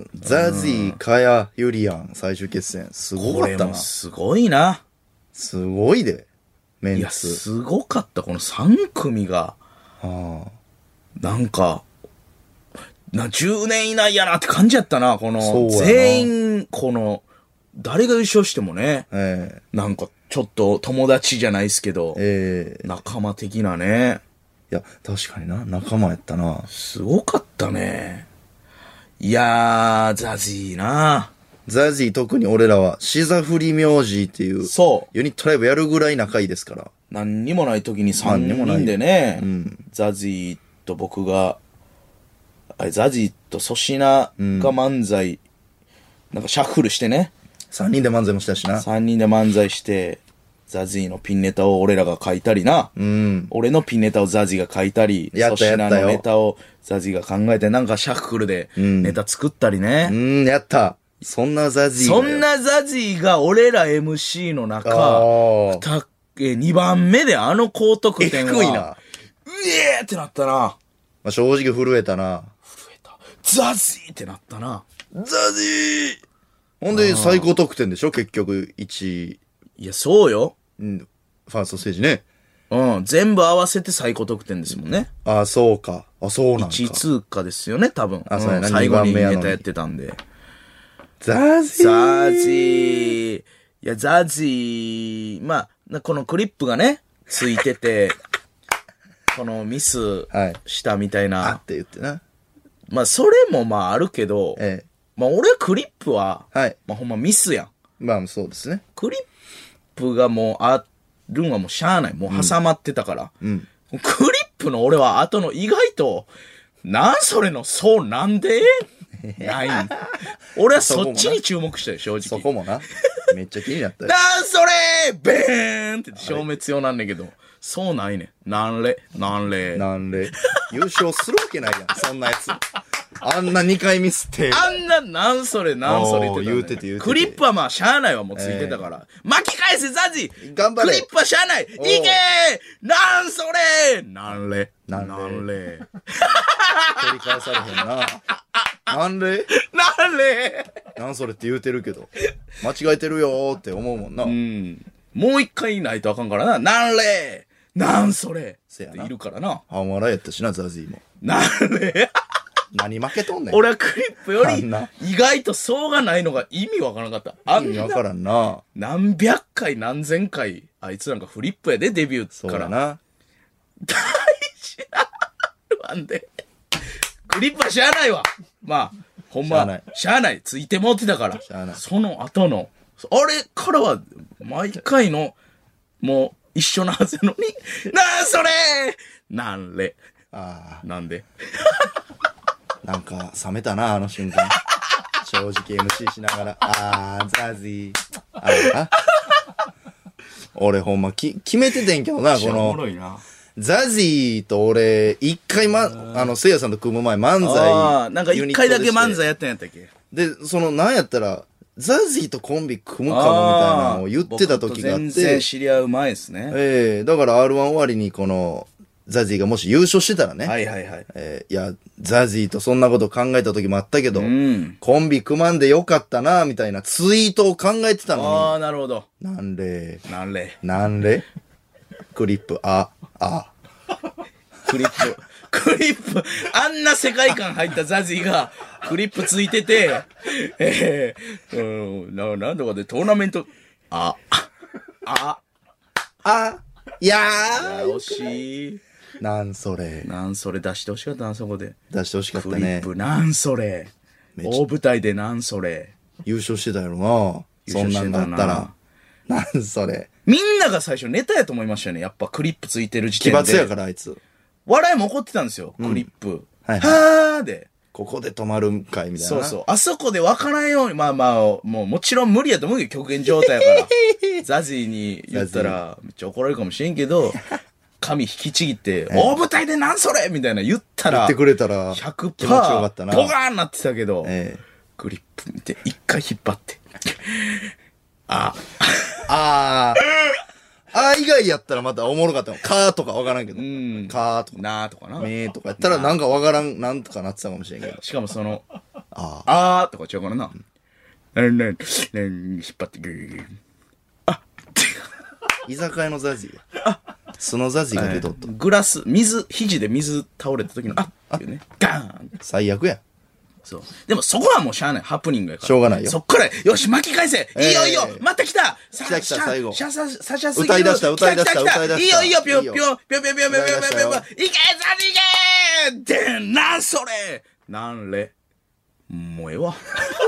ザジー、カヤ、ユリアン、最終決戦。すごかったな。これもすごいな。 すごいで。メンツ。いや、 すごかった。このさん組が。はあ、なんか、な、じゅうねん以内やなって感じやったな。この、全員、この、誰が優勝してもね。ええ、なんか、ちょっと友達じゃないですけど、ええ、仲間的なね。 いや、確かにな。仲間やったな。 すごかったね。いやー、ザジーな。 ザジー特に俺らは、シザフリ名字っていう、そう。ユニットライブやるぐらい仲いいですから。 何にもない時にさんにんでね、うん、ザジーと僕が、あれ、ザジーと粗品が漫才、うん、なんかシャッフルしてね。 さんにんで漫才もしたしな。 さんにんで漫才して、ザジーのピンネタを俺らが書いたりな。うん、俺のピンネタをザジーが書いたり、粗品のネタをザジーが考えて、なんかシャッフルでネタ作ったりね。 うん、うん、やった。そんなザジーそんなザジーが俺ら エムシー の中、にばんめであの高得点は。 低いな。 うえーってなったな。まあ、正直震えたな。 震えた。ザジーってなったな。 ザジーほんで最高得点でしょ結局いちい。 いや、そうよ。 うん。ファーストステージね。 うん。全部合わせて最高得点ですもんね。 ああ、そうか。あ、そうなんか。いちい通過ですよね、多分。あ、そうやな。最後にネタやってたんで。 ザジーザジーいや、ザジーまあ、このクリップがね、ついてて、このミスしたみたいな。はい、 あって言ってな。 まあ、それもまああるけど、ええ、まあ、俺はクリップは、はい、まあ、ほんまミスやん。 まあ、そうですね。 クリップがもうあるんはもうしゃあない。もう挟まってたから。うん。クリップの俺は後の意外と、なんそれの、そうなんでないん。俺はそっちに注目したよ、正直。 そこもな。めっちゃ気になったよ。 なんそれベーンって消滅用なんだけど。そうないねん。なんれ、なんれ。 なんれ。優勝するわけないやん、そんなやつ。あんなにかいミスって。 あんな、なんそれ、なんそれって言うてて言うてて。 クリップはまあ、しゃあないわ、もうついてたから。えー、巻き返せ、ザジ頑張れ。 クリップはしゃあないいけーなんそれなんれ。なんれ。なんれ。 取り返されへんな。なんれなんれなんそれって言うてるけど。間違えてるよーって思うもんな。 うん。もう一回ないとあかんからな。なんれなんそれっているからな。 半笑いやったしな、ザジーも。 なんれ何負けとんねん。 俺はクリップより意外と層がないのが意味わからなかった。 あんな意味わからんな。 何百回何千回あいつなんかフリップやでデビューから。そうな。大事なワンで。クリップはしゃあないわ。まあ、ほんま、しゃあない。しゃあない。ついてもってたから。しゃあない。その後の、あれからは毎回の、もう一緒なはずのに、なんそれなんれ。ああ。なんでなんか、冷めたな、あの瞬間。正直 エムシー しながら、あー、ザジー。あれか俺ほんまき、決めててんけどな、この。おもろいな。ザジーと俺、一回ま、あの、せいやさんと組む前、漫才。 ああ、なんか一回だけ漫才やったんやったっけで、その、なんやったら、ザジーとコンビ組むかもみたいなのを言ってた時があって。 全然知り合う前ですね。 ええー、だから アールワン 終わりにこの、ザジーがもし優勝してたらね。 はいはいはい。 えー、いや、ザジーとそんなこと考えた時もあったけど、うん、コンビ組まんでよかったな、みたいなツイートを考えてたのに。 ああ、なるほど。 なんれ。 なんれ。 なんれ。クリップ、あ、あ。 クリップ、クリップ、あんな世界観入ったザジーが、クリップついてて、ええー、うん、な、なんとかでトーナメント、あ、あ、 あ、いやー、惜しい。 なんそれ。 なんそれ出してほしかったな、そこで。 出してほしかったね。 クリップ、なんそれ。大舞台でなんそれ。 優勝してたやろな。そんなんがあったら。 なんそれ。 みんなが最初ネタやと思いましたよね。やっぱクリップついてる時点で。 奇抜やからあいつ。 笑いも起こってたんですよ、クリップ。 はいはいはーで。 ここで止まるんかいみたいな。 そうそう。あそこで分からんように、まあまあ、もうもちろん無理やと思うけど、極限状態やから。ザジーに言ったら、めっちゃ怒られるかもしれんけど、髪引きちぎって、大舞台でなんそれみたいな言ったら、 言ってくれたら、 ひゃく気持ちよパーかったな。 ボガーンなってたけど、 ええ、 グリップ見て、一回引っ張って。ああー。あー以外やったらまたおもろかったの。かーとかわからんけど。 んかーとか。 なーとかな。 めーとかやったらなんかわからん、なんとかなってたかもしれんけど。 しかもその、 ああーとか違うからな。なになに、なに引っ張ってグーグー。あ居酒屋のザジーや。素のザジーが出とった。 グラス、水、肘で水倒れた時の、あっていうね。ガーン最悪や。 そう。でもそこはもうしゃあない。ハプニングやから。 しょうがないよそっから、よし、巻き返せ、いいよいいよええまた来たさ来た来た最後シャシャシャシャすぎる歌い出した歌い出した来来来歌い出したいいよいいよぴょいいよぴょぴょぴょぴょぴょぴょぴょぴょぴょ歌い出したよいけザニゲーでなんそれなんれもうええわ。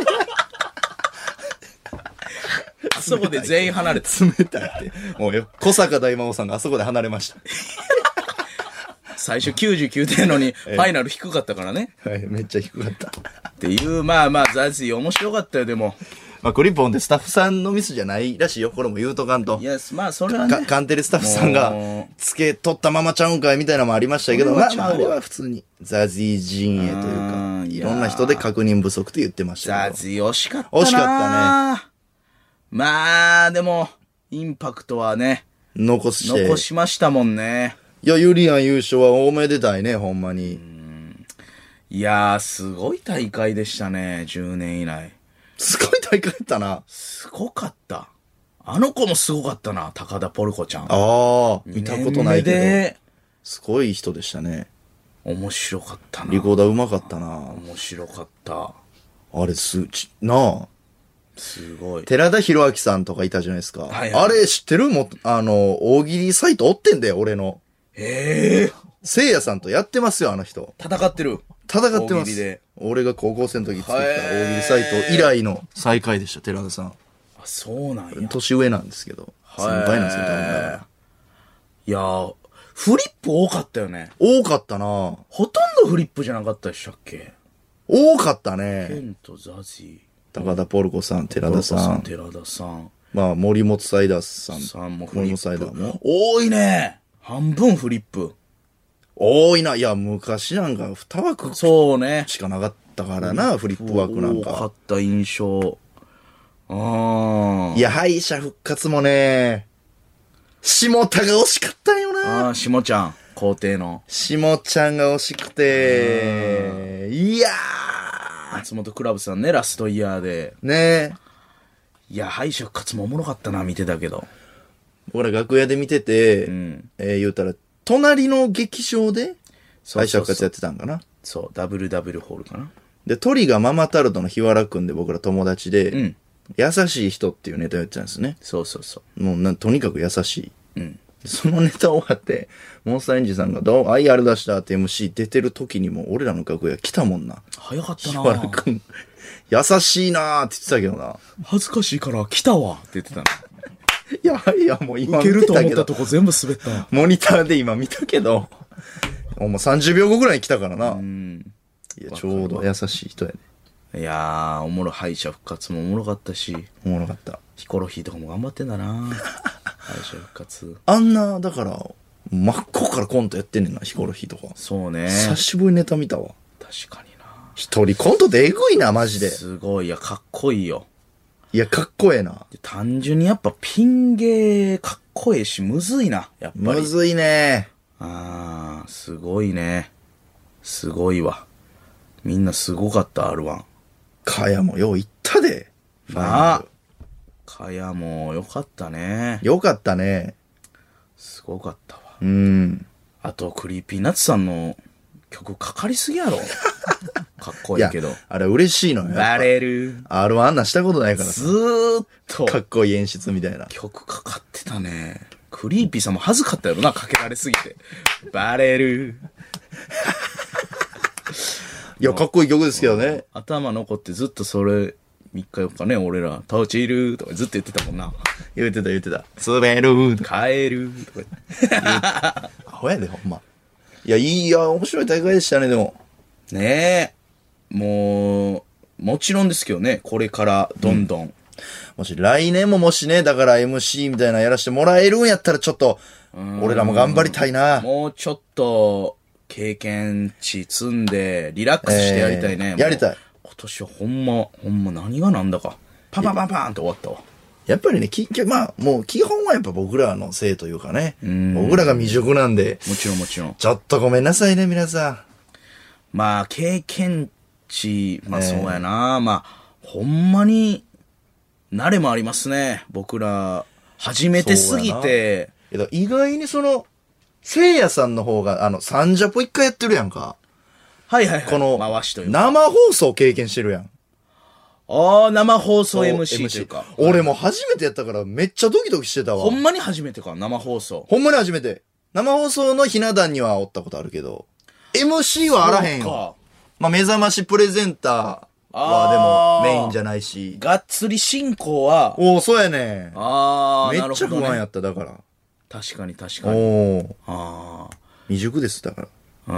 あそこで全員離れて。 冷たいって。もうよ、小坂大魔王さんがあそこで離れました。 最初きゅうじゅうきゅうてんのに、ファイナル低かったからね。 はい、めっちゃ低かった。 っていう、まあまあ、ザジー面白かったよ、でも。 まあ、クリポンってスタッフさんのミスじゃないらしいよ。これも言うとかんとい。や、まあ、それはかね。 カンテレスタッフさんがもう、 つけ取ったままちゃうんかいみたいなのもありましたけど、 それはちゃうわまあまあ、あれは普通に、ザジー陣営といううか、 んいろんな人で確認不足って言ってましたザけど。 ジー惜しかったな。 惜しかったね。まあ、でも、インパクトはね、 残して。 残しましたもんね。 いや、ユリアン優勝はおめでたいね、ほんまに。 いやー、すごい大会でしたね、じゅうねん以内。 すごい大会やったな。 すごかった。あの子もすごかったな、高田ポルコちゃん。 ああ、見たことないけど。 ですごい人でしたね。 面白かったな。 リコーダーうまかったな。 面白かった。 あれす、ち、なあ。 すごい。 寺田博明さんとかいたじゃないですか。 はいはいあれ知ってるも、あの、大喜利サイトおってんだよ、俺の。 へえ。 せいやさんとやってますよ、あの人。 戦ってる。 戦ってます大喜利で。 俺が高校生の時作ったへー大喜利サイト以来の最下位でした、寺田さん。 あ、そうなんや。 年上なんですけど。先輩なんですよ、多分だから。 いやー、フリップ多かったよね。 多かったなほとんどフリップじゃなかったでしたっけ？ 多かったケね。 ント、ザジ高田ポルコさん、寺ー、 田さん。 寺田さん。 まあ、森本サイダースさん。 さんもフ森本リップ。 サイダーも。 多いね。半分フリップ。 多いな。いや、昔なんか二枠そうね。 しかなかったからな、フリップ枠なん多かか。 った印象。ああ。 いや、敗者復活もね、下田が惜しかったよな。 ああ、下ちゃん、皇帝の。 下ちゃんが惜しくて、いや松本クラブさんね、ラストイヤーで。 ー、ねいや、敗者復活もおもろかったな、見てたけど。 俺楽屋で見てて、 んえー言うたら、隣の劇場で、敗者復活やっってたんかな。 そう、ダブルダブルホールかな。 で、鳥がママタルトの日原くんで僕ら友達で、 うん。 優しい人っていうネタやってたんですね。 そうそうそもうな、とにかく優しい。 う。うん。 そのネタ終わって、モンスターエンジンさんが、どう、あい、あれ出したって エムシー 出てる時にも、俺らの楽屋来たもんな。 早かった日な原くん、優しいなーって言ってたけどな。 恥ずかしいから来たわって言ってたの。 いや、いや、もう今受けると思見てたけど、 ったとこ全部滑った。 モニターで今見たけど、もうさんじゅうびょうごぐらいに来たからな。 うん。 いや、ちょうど優しい人やね。 いやー、おもろ、敗者復活もおもろかったし、 おもろかった。 ヒコロヒーとかも頑張ってんだな敗者復活。 あんな、だから、真っ向からコントやってんねんな、ヒコロヒーとか。 そうね。 久しぶりにネタ見たわ。 確かにな。 一人コントでえぐいな、マジで。 すごい、いや、かっこいいよ。 いや、かっこええな。 で単純にやっぱピン芸かっこええし、むずいな、やっぱり。 むずいね。 あー、すごいね。すごいわ。みんなすごかった、アールワン。 かやもよう行ったで。 なあ。かやもよかったね。 よかったね。 すごかったわ。 うん。 あと、クリーピーナッツさんの曲かかりすぎやろ。かっこいやいいけど。、 あれ嬉しいのよ。 バレる。 アールワン あんなしたことないからずさ。 ーっとかっこいい演出みたいな。 曲かかってたね。クリーピーさんも恥ずかったやろな、かけられすぎて。バレる。 いや、かっこいい曲ですけどね。 頭残ってずっとそれみっかよっかね、俺ら、閉じるとかずっと言ってたもんな。 言ってた言ってた。滑るとか。帰るとか言って。 アホやで、ほんま。いや、いいや、面白い大会でしたね、でも。 ねえ。もう、もちろんですけどね、これからどんどん。うん、 もし来年ももしね、だから エムシー みたいなのやらしてもらえるんやったらちょっと、俺らも頑張りたいな。 もうちょっと、経験値積んで、リラックスしてやりたいね。 えー、やりたい。 今年はほんま、ほんま何がなんだか。パンパンパンパンって終わったわ。 やっぱりね、き、まあ、もう基本はやっぱ僕らのせいというかね。僕らが未熟なんで。 もちろんもちろん。 ちょっとごめんなさいね、皆さん。 まあ、経験値、まあそうやな。えー、まあ、ほんまに、慣れもありますね。僕ら、初めてすぎて。 意外にその、せいやさんの方が、あの、サンジャポ一回やってるやんか。 はいはいはい。 この、 回しという生放送経験してるやん。 ああ、生放送 エムシー というか。 俺も初めてやったからめっちゃドキドキしてたわ。 ほんまに初めてか、生放送。 ほんまに初めて。生放送のひな壇にはおったことあるけど、エムシー はあらへんよ。まあ、目覚ましプレゼンターはでもメインじゃないし。 がっつり進行は。 おお、そうやね。 ああ、 めっちゃ不安やった、だから。 確かに確かに。 おお。 ああ。 未熟です、だから。 うん。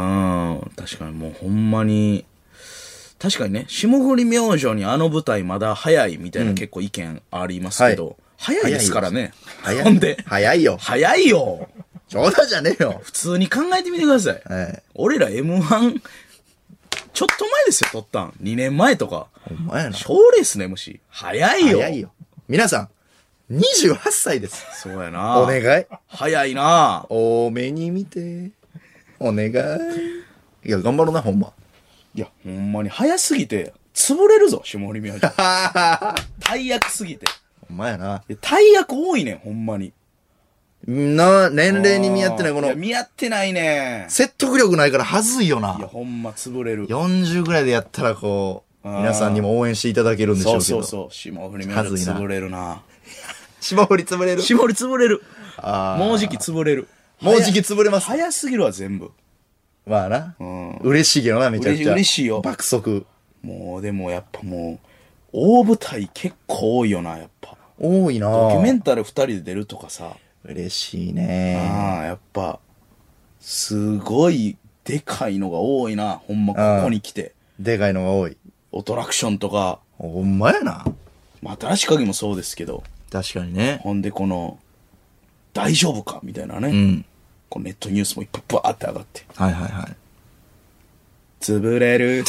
確かにもうほんまに。確かにね、霜降り明星にあの舞台まだ早いみたいな結構意見ありますけど、うん、早いですからね。 早い。 ほんで。 早いよ。 早いよ。 冗談じゃねえよ。 普通に考えてみてください。はい、俺ら エムワン、ちょっと前ですよ、撮ったん。にねんまえとか。 ほんまやな。 賞レースの エムシー。早いよ。 早いよ。皆さん、にじゅうはっさいです。 そうやな。 お願い。 早いな。 多めに見て。お願い。いや、頑張ろうな、ほんま。 いや、ほんまに早すぎて、潰れるぞ、霜降り明星。大役すぎて。 ほんまやな。 大役多いねん、ほんまに。 な、年齢に見合ってない、この。いや、 見合ってないね。 説得力ないからはずいよな。 いや、ほんま潰れる。 よんじゅうぐらいでやったらこう、皆さんにも応援していただけるんでしょうけど。 そうそうそう。霜降り明星潰れるな。 霜降り潰れる霜降り潰れる。もうじき潰れる。 もうじき潰れます。 早すぎるわ、全部。 まあな。うん、嬉しいけどな、めちゃくちゃ。 嬉しいよ。 爆速。 もう、でもやっぱもう、大舞台結構多いよな、やっぱ。 多いな。 ドキュメンタル二人で出るとかさ。 嬉しいね。 ああ、やっぱ、すごい、でかいのが多いな、ほんま、ここに来て。 でかいのが多い。 オトラクションとか。 ほんまやな。 まあ、新しい鍵もそうですけど。 確かにね。 ほんで、この、大丈夫かみたいなね。 うん。 こうネットニュースもいっぱいバーって上がって。 はいはいはい。 潰れる。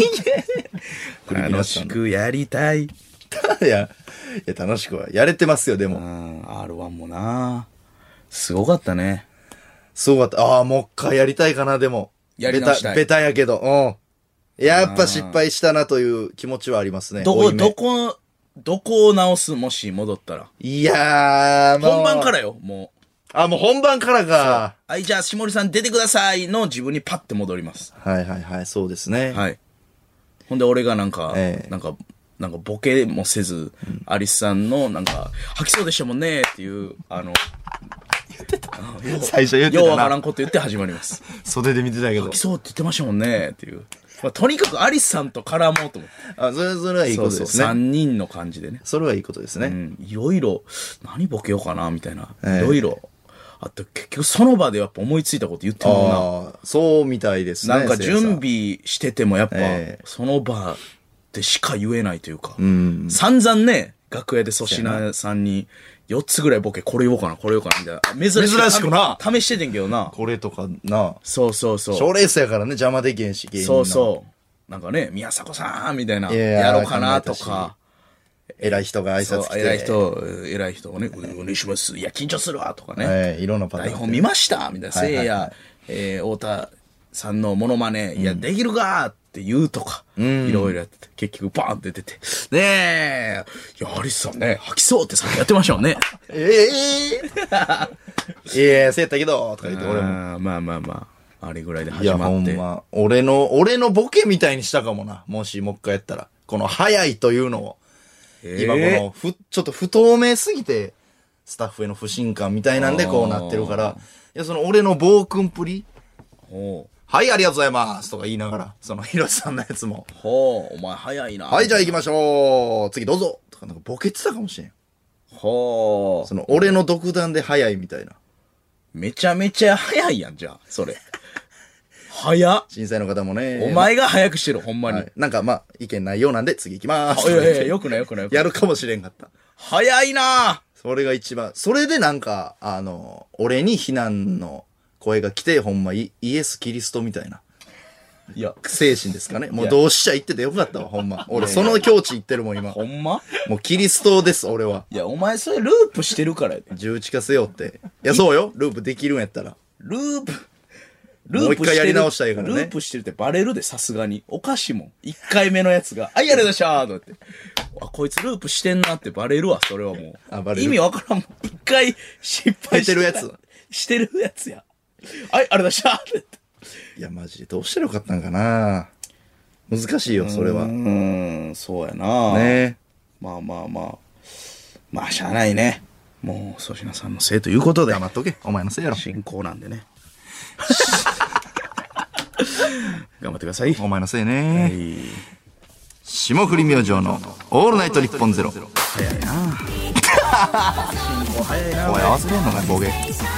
楽しくやりたい。 いや、いや、楽しくは。やれてますよ、でも。うん、 アールワン もな。すごかったね。 すごかった。ああ、もう一回やりたいかな、でも。 やり直したい。 ベタ、ベタやけど。うん。やっぱ失敗したなという気持ちはありますね。 どこ、どこ、どこを直す、もし戻ったら。 いやー、 もう。本番からよ、もう。 あ、もう本番からか。 はい、じゃあ、下りさん出てくださいの自分にパッて戻ります。 はいはいはい、そうですね。 はい。ほんで、俺がなんか、えー、なんか、なんかボケもせず、うん、アリスさんの、なんか、吐きそうでしたもんねっていう、あの、 言ってた。最初言ってたな。 ようわからんこと言って始まります。 袖で見てたけど。 吐きそうって言ってましたもんねっていう。まあ、とにかくアリスさんと絡もうと思って。 あ、それ、それはいいことですね。そうそう、 さんにんの感じでね。 それはいいことですね。 うん。いろいろ、何ボケようかなみたいな。いろいろ。あと、結局その場でやっぱ思いついたこと言ってるもんな。ああ、そうみたいですね。 なんか準備しててもやっぱ、その場でしか言えないというか。 うん。 散々ね、楽屋で粗品さんによっつぐらいボケ、これ言おうかな、これ言おうかな、みたいな。珍しく。 珍しくな。 試しててんけどな。 これとかな。 そうそうそう。 賞レースやからね、邪魔できへんし、芸人そうそう。なんかね、宮迫さんみたいな、やろうかなとか。 偉い人が挨拶来て。 偉い人、偉い人をね、お願いします。いや、緊張するわ、とかね。 はい、いろんなパターン。 台本見ましたみたいな。せいや、えー、太田さんのモノマネ、いや、できるかって言うとか。いろいろやってて。結局、バーンって出て。ねえ、いや、アリスさんね、吐きそうってさっきやってましたもんね。 ええいや、そうやったけど、とか言って、俺も。 まあまあまあ。あれぐらいで始まって。いや、ほんま。 俺の、俺のボケみたいにしたかもな。もし、もう一回やったら。この、早いというのを。今この、ふ、ちょっと不透明すぎて、スタッフへの不信感みたいなんでこうなってるから、いや、その俺の暴君っぷりはい、ありがとうございますとか言いながら、その、ひろしさんのやつも。 ほう、お前早いな。 はい、じゃあ行きましょう。次どうぞとかなんかボケてたかもしれん。 ほう。 その、俺の独断で早いみたいな。 めちゃめちゃ早いやん、じゃあ、それ。早っ。 審査員の方もね。 お前が早くしてる、ほんまに。はい、 なんかまあ、意見ないようなんで次行きまーす。 いやいや、よくないよくない。 やるかもしれんかった。 早いな。 それが一番。それでなんか、あの、俺に非難の声が来て、ほんまイエス・キリストみたいな。いや、精神ですかね。もう同志社行っててよかったわ、ほんま。俺、その境地行ってるもん、今。 ほんまもうキリストです、俺は。 いや、お前それループしてるからやで。 重地化せよって。いや、そうよ。ループできるんやったら。 ループ、 ループもう一回やり直したいからね。 ループしてるってバレるで、さすがに。おかしいもん。一回目のやつが、はい、ありがとうございましたとかって。あ、こいつループしてんなってバレるわ、それはもう。あ、バレる。意味わからんもん。一回失敗してるやつ。 してるやつや。はい、ありがとうございましたって。 いや、マジでどうしたらよかったんかな。難しいよ、それは。うーん、そうやな。 ね。 まあまあまあ。まあ、しゃあないね。もう、粗品さんのせいということで。 黙っとけ。お前のせいやろ。 進行なんでね。頑張ってください。 お前のせいね。はい。霜降り明星のオールナイト日本ゼロ。 早いな。進行早いな。 おい、合わせれんのかい、ボケ。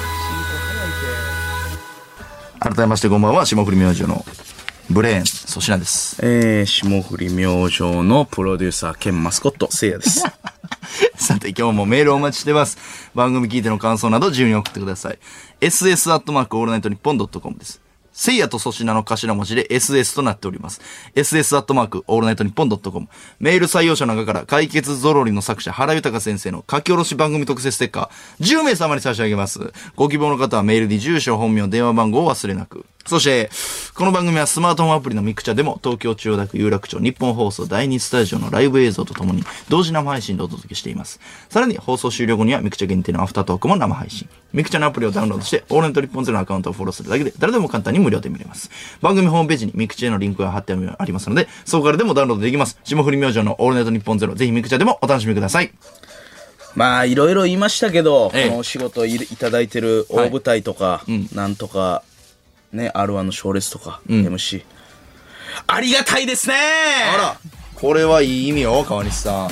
改めましてこんばんは、霜降り明星のブレーン粗品です。 えー、霜降り明星のプロデューサー兼マスコットせいやです。 さて今日もメールをお待ちしてます。番組聞いての感想など自由に送ってください。エスエス アットマークオールナイトニッポンドットコムです。せいやと粗品の頭文字で エスエス となっております。エスエス アットマークオールナイトニッポンドットコム。メール採用者の中から解決ぞろりの作者原豊先生の書き下ろし番組特設ステッカーじゅうめい様に差し上げます。ご希望の方はメールに住所、本名、電話番号を忘れなく。そして、この番組はスマートフォンアプリのミクチャでも東京千代田区有楽町日本放送だいにスタジオのライブ映像とともに同時生配信でお届けしています。さらに放送終了後にはミクチャ限定のアフタートークも生配信。ミクチャのアプリをダウンロードしてオールナイトニッポンゼロのアカウントをフォローするだけで誰でも簡単に無料で見れます。番組ホームページにミクチャへのリンクが貼ってありますので、そこからでもダウンロードできます。霜降り明星のオールナイトニッポンゼロ、ぜひミクチャでもお楽しみください。 まあいろいろ言いましたけど、ええ、このお仕事いただいてる大舞台とか、はい、うん、なんとかね、アールワン の賞レースとか、うん、エムシー。ありがたいですね。 あら、これはいい意味よ、川西さん。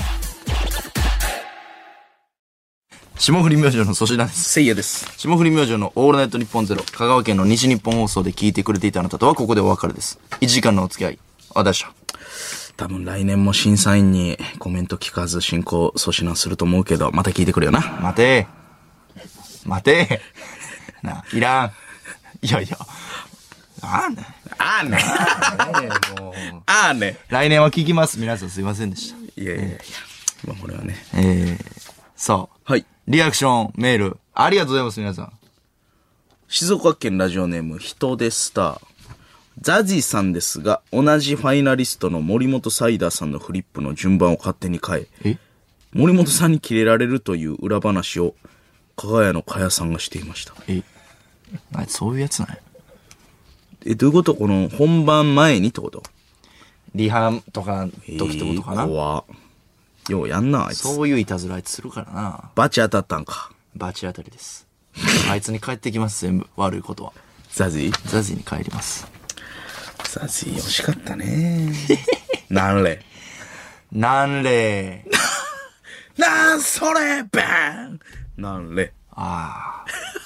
霜降り明星の粗品です。 せいやです。 霜降り明星のオールナイトニッポンゼロ、香川県の西日本放送で聞いてくれていたあなたとはここでお別れです。いちじかんのお付き合い、あだしゃ。 多分来年も審査員にコメント聞かず進行粗品すると思うけど、また聞いてくれよな。 待て。待て。な、いらん。いやいや。あーね。 あーね。あーね。 来年は聞きます。皆さんすいませんでした。 いやいやいや。まあこれはね。 えー、さあ。 はい。 リアクション、メール、ありがとうございます、皆さん。 静岡県ラジオネーム、人でスター。ザジーさんですが、同じファイナリストの森本サイダーさんのフリップの順番を勝手に変え、え森本さんにキレられるという裏話を、加賀屋の加谷さんがしていました。 えあいつそういうやつなんや。 え、どういうこと？この本番前にってこと？ リハとか時ってことかな、えー、 怖ようやんな、あいつ。 そういういたずらあいつするからな。 バチ当たったんか。 バチ当たりです。あいつに帰ってきます、全部。悪いことは。 ザジーザジーに帰ります。 ザジー惜しかったね。なんれ。 なんれ。 なんそれバンなんれ。 あ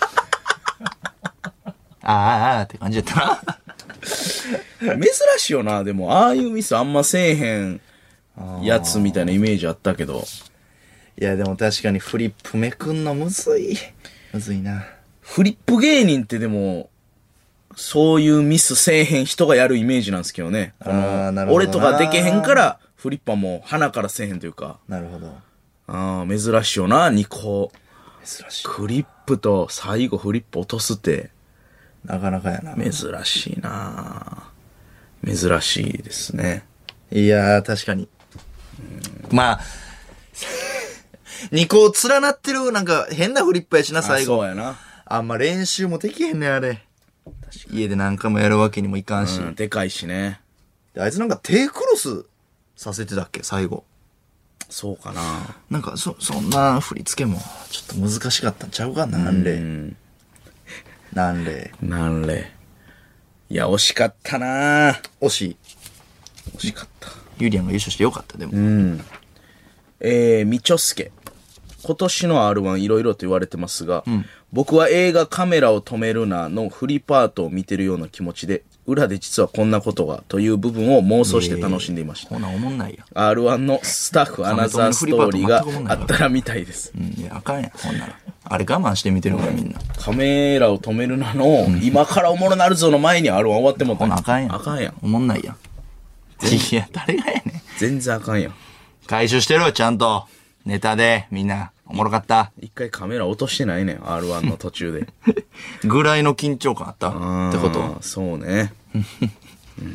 あ。ああって感じやったな。 珍しいよな、でも、ああいうミスあんませえへんやつみたいなイメージあったけど。 いや、でも確かにフリップめくんのむずい。むずいな。 フリップ芸人ってでも、そういうミスせえへん人がやるイメージなんですけどね。この俺とかでけへんから、フリップはもう鼻からせえへんというか。 なるほど。 ああ、珍しいよな、にこ。 珍しい。 クリップと最後フリップ落とすって。 なかなかやな。 珍しいな珍しいですね。 いやー、確かに。まあ、にこ連なってる、なんか変なフリップやしな、最後。 そうやな。 あんま練習もできへんねん、あれ。家で何回もやるわけにもいかんし。 うん、でかいしね。 あいつなんか手クロスさせてたっけ、最後。 そうかな。 なんか、そ、そんな振り付けも、ちょっと難しかったんちゃうか、なんれ。なんれ。 なんれ。 いや、惜しかったな惜しい。 惜しかった。 ユリアンが優勝してよかった、でも。 うん。えー、みちょすけ。今年の アールワン いろいろと言われてますが、うん、僕は映画カメラを止めるなのフリーパートを見てるような気持ちで、裏で実はこんなことがという部分を妄想して楽しんでいました。 ほな、おもんないや。 アールワン のスタッフアナザーストーリーがあったら見たいです。 うん、いや、あかんやん、ほんなら。あれ我慢して見てるからみんな。 カメラを止めるなの、うん、今からおもろなるぞの前に アールワン 終わってもった。 ほな、あかんやん。 あかんやん。 おもんないやん。いや、誰がやねん。 全然あかんやん。 回収してろよ、ちゃんと。ネタで、みんな。おもろかった。 一回カメラ落としてないねん、アールワン の途中で。 ぐらいの緊張感あったってこと。 そうね。 うん、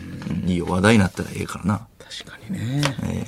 いいよ、話題になったらええからな。 確かにね。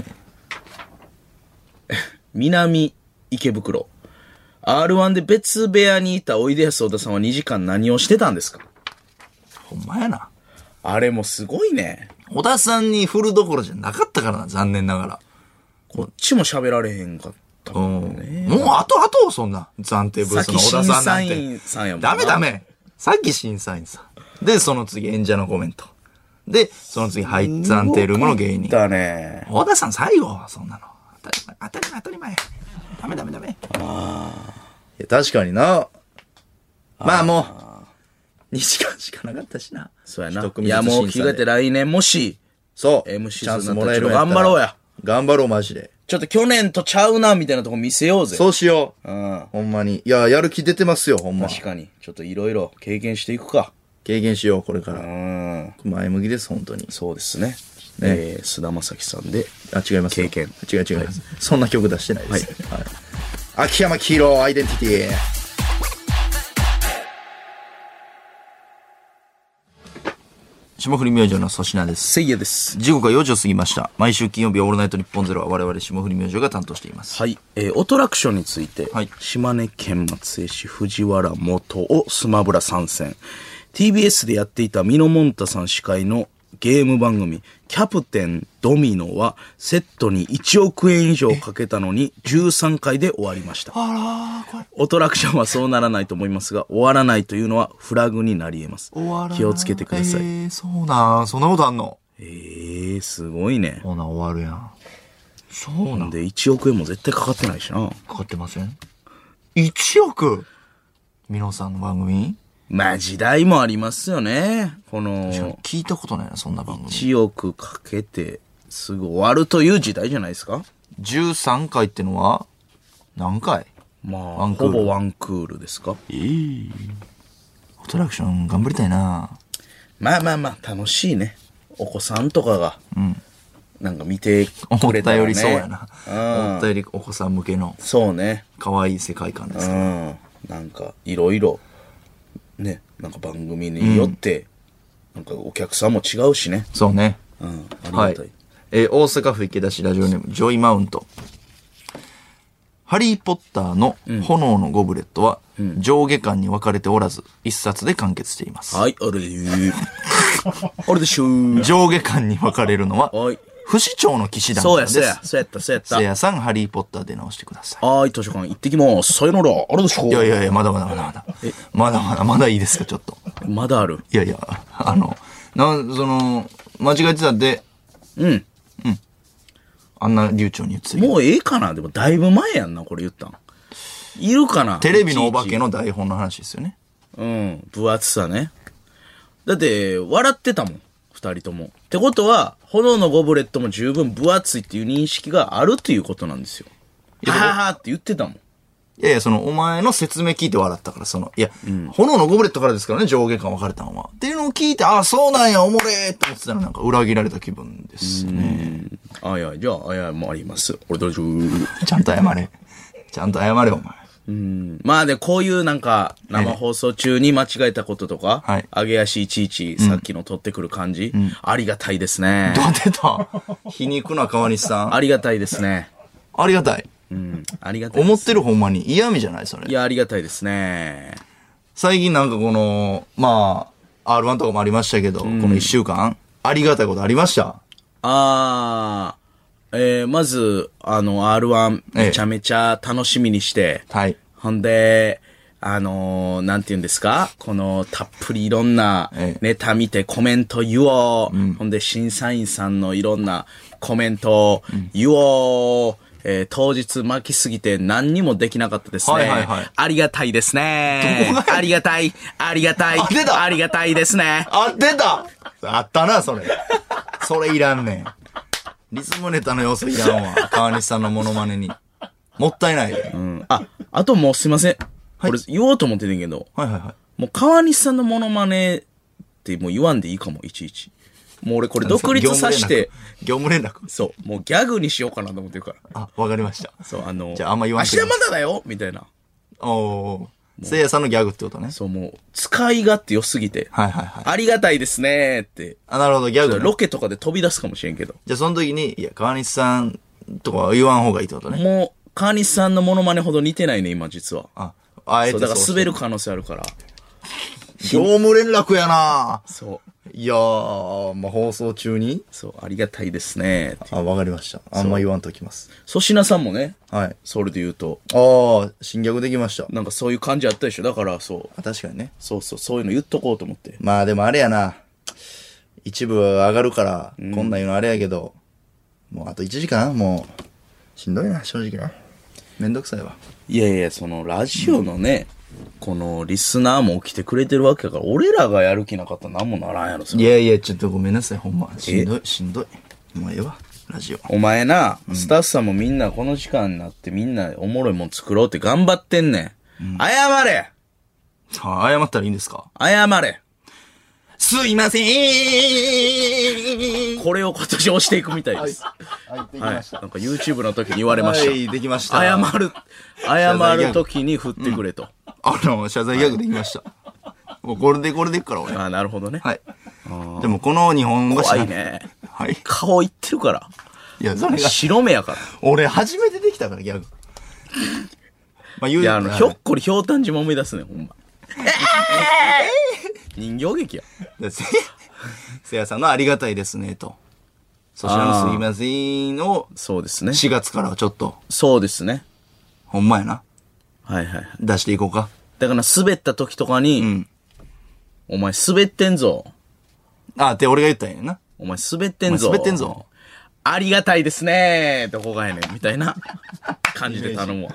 えー、南池袋。アールワン で別部屋にいたおいでやす小田さんはにじかん何をしてたんですか？ ほんまやな。 あれもすごいね。 小田さんに振るどころじゃなかったからな、残念ながら。 こっちも喋られへんかったもんね。 もう後々そんな、暫定ブースの小田さんなんて。 さっき審査員さんやもんな。 ダメダメ。さっき審査員さん。で、その次演者のコメント。で、その次、はい、暫定ルームの芸人。 だね。 小田さん最後、そんなの。当たり前、当たり前、当たり前。ダメダメダメ。ああ。いや、確かにな。まあもう、にじかんしかなかったしな。 そうやな。いや、もう着替えて来年もし、 そう。 エムシーチャンスもらえる。 頑張ろうや。 頑張ろう、マジで。 ちょっと去年とちゃうな、みたいなとこ見せようぜ。 そうしよう。うん。 ほんまに。いや、やる気出てますよ、ほんま。 確かに。ちょっといろいろ経験していくか。 経験しよう、これから。 うん。 前向きです、本当に。 そうですね。ねえー、菅田将暉さんで。 あ、違います。 経験。 違う違います。そんな曲出してないです。はい。秋山黄色、アイデンティティ。霜降り明星の粗品です。 せいやです。 時刻はよじを過ぎました。毎週金曜日オールナイト日本ゼロは我々霜降り明星が担当しています。 はい。えー、オトラクションについて、 はい、 島根県松江市藤原元をスマブラ参戦。ティービーエス でやっていたミノモンタさん司会のゲーム番組、キャプテンドミノはセットにいちおくえん以上かけたのにじゅうさんかいで終わりました。 あらー、 オトラクションはそうならないと思いますが、終わらないというのはフラグになり得ます。気をつけてください。 えー、そうな、そんなことあんの？ えー、すごいね。 ほな、終わるやん。そうなんで、いちおくえんも絶対かかってないしな。 かかってません？ いち 億ミノさんの番組？ まあ時代もありますよね。この、 聞いたことないな、そんな番組。 いちおくかけて、すぐ終わるという時代じゃないですか？ じゅうさんかいってのは、何回？ まあ、ほぼワンクールですか？ ええー。オトラクション頑張りたいな。 まあまあまあ、楽しいね。お子さんとかが、 うん。 なんか見てくれたら、ね。 思ったよりそうやな。 うん。 思ったよりお子さん向けの。 そうね。 可愛い世界観ですけど。 うん。なんか、いろいろ、ね、なんか番組によって、うん、なんかお客さんも違うしね。 そうね。 うん。ありがたい。はい、 えー、大阪府池田市ラジオネーム、ジョイマウント。ハリーポッターの炎のゴブレットは、上下巻に分かれておらず、一冊で完結しています。 はい、あれでー。あれでしょー。 上下巻に分かれるのは、 はい。 不死鳥の騎士団です。 そうや、そうや、そうやった、そうやった。 せいやさん、ハリーポッターで直してください。 はい、図書館行ってきます。さよなら。あれでしょう。 いやいやいや、まだまだまだまだ。え、まだまだ、まだいいですか、ちょっと。 まだある。 いやいや、あの、な、その、間違えてたんで、 うん。 うん。あんな流暢に言ってた。 もうええかな？でもだいぶ前やんな、これ言ったん。いるかな？ テレビのお化けの台本の話ですよね。 うん。分厚さね。だって、笑ってたもん。二人とも。ってことは、炎のゴブレットも十分分厚いっていう認識があるっていうことなんですよ。はははって言ってたもん。 いやいや、その、お前の説明聞いて笑ったから、その、いや、うん、炎のゴブレットからですからね、上下巻分かれたのは。っていうのを聞いて、ああ、そうなんや、おもれーって思ってたら、なんか裏切られた気分ですね。 あいや、じゃあ、あやもあります。俺どうしよう。 ちゃんと謝れ。ちゃんと謝れ、お前。 うん。まあで、こういうなんか、生放送中に間違えたこととか、 はい。 揚げ足いちいち、さっきの取ってくる感じ、うん、ありがたいですね。 どう出た？皮肉な川西さん。 ありがたいですね。 ありがたい。 うん。ありがたい。 思ってるほんまに嫌味じゃないそれ。 いや、ありがたいですね。 最近なんかこの、まあ、アールワン とかもありましたけど、うん、このいっしゅうかん、ありがたいことありました？ あー。えー、まず、あの、アールワン めちゃめちゃ楽しみにして、 はい。 ほんで、 あのー、なんて言うんですかこの、たっぷりいろんなネタ見てコメント言おう。うん、ほんで、審査員さんのいろんなコメントを言おう。うんえー、当日巻きすぎて何にもできなかったですね。はいはいはい。ありがたいですね。ありがたい。ありがたい。あ、出た。ありがたいですね。 あ、出たあったな、それ。それいらんねん。リズムネタの要素いらんわ。川西さんのモノマネに。もったいないで。 うん。あ、あともうすいません。はい、これ言おうと思ってんけど。 はいはいはい。 もう川西さんのモノマネってもう言わんでいいかも、いちいち。もう俺これ独立させて。 業務連絡。 そう。もうギャグにしようかなと思ってるから。 あ、わかりました。 そう、あの。 じゃああんま言わんと。明日まだだよみたいな。 おー。せいやさんのギャグってことね。 そう、もう、使い勝手良すぎて。 はいはいはい。 ありがたいですねーって。 あ、なるほど、ギャグ、ね。 ロケとかで飛び出すかもしれんけど。 じゃあその時に、いや、川西さんとかは言わん方がいいってことね。 もう、川西さんのモノマネほど似てないね、今実は。 あ、あえてそう。だから滑る可能性あるから。 業務連絡やなそう。 いやー、まあ、放送中にそう、ありがたいですね。 あ、わかりました。あんま言わんときます。 粗品さんもね。 はい。 それで言うと。 ああ、新ギャグできました。 なんかそういう感じあったでしょ。だからそう。 あ、確かにね。 そうそう、そういうの言っとこうと思って。 まあでもあれやな。一部上がるから、うん、こんなん言うのあれやけど、もうあといちじかんもう、しんどいな、正直な。めんどくさいわ。 いやいや、その、ラジオのね、うん、この、リスナーも来てくれてるわけやから、俺らがやる気なかったら何もならんやろ、 それ。いやいや、ちょっとごめんなさい、ほんま。しんどい、しんどい。もうええわ、ラジオ。 お前な、うん、スタッフさんもみんなこの時間になってみんなおもろいもん作ろうって頑張ってんねん。うん、謝れはあ、謝ったらいいんですか？ 謝れすいませーんこれを今年押していくみたいです。 はい、はい、できました。 はい、なんか YouTube の時に言われました。 はい、できました。 謝る、謝る時に振ってくれと。うん、 あの、謝罪ギャグできました。もうこれでこれでいくから俺。 ああ、なるほどね。 はい。でもこの日本語怖いね。 はい。 顔いってるから。 いや、それが。 白目やから。 俺初めてできたからギャグ。 まあ言ういや、あの、ひょっこりひょうたん島思い出すね、ほんま。人形劇や。 せやさんのありがたいですね、と。そちらのすいませんを、 そうですね。 しがつからはちょっと。 そうですね。 ほんまやな。 はいはいはい。 出していこうか。 だから滑った時とかに、うん、お前滑ってんぞ。 あ、って俺が言ったんやな。 お前滑ってんぞ。 滑ってんぞ。 ありがたいですねー。どこがやねん。みたいな感じで頼むわ。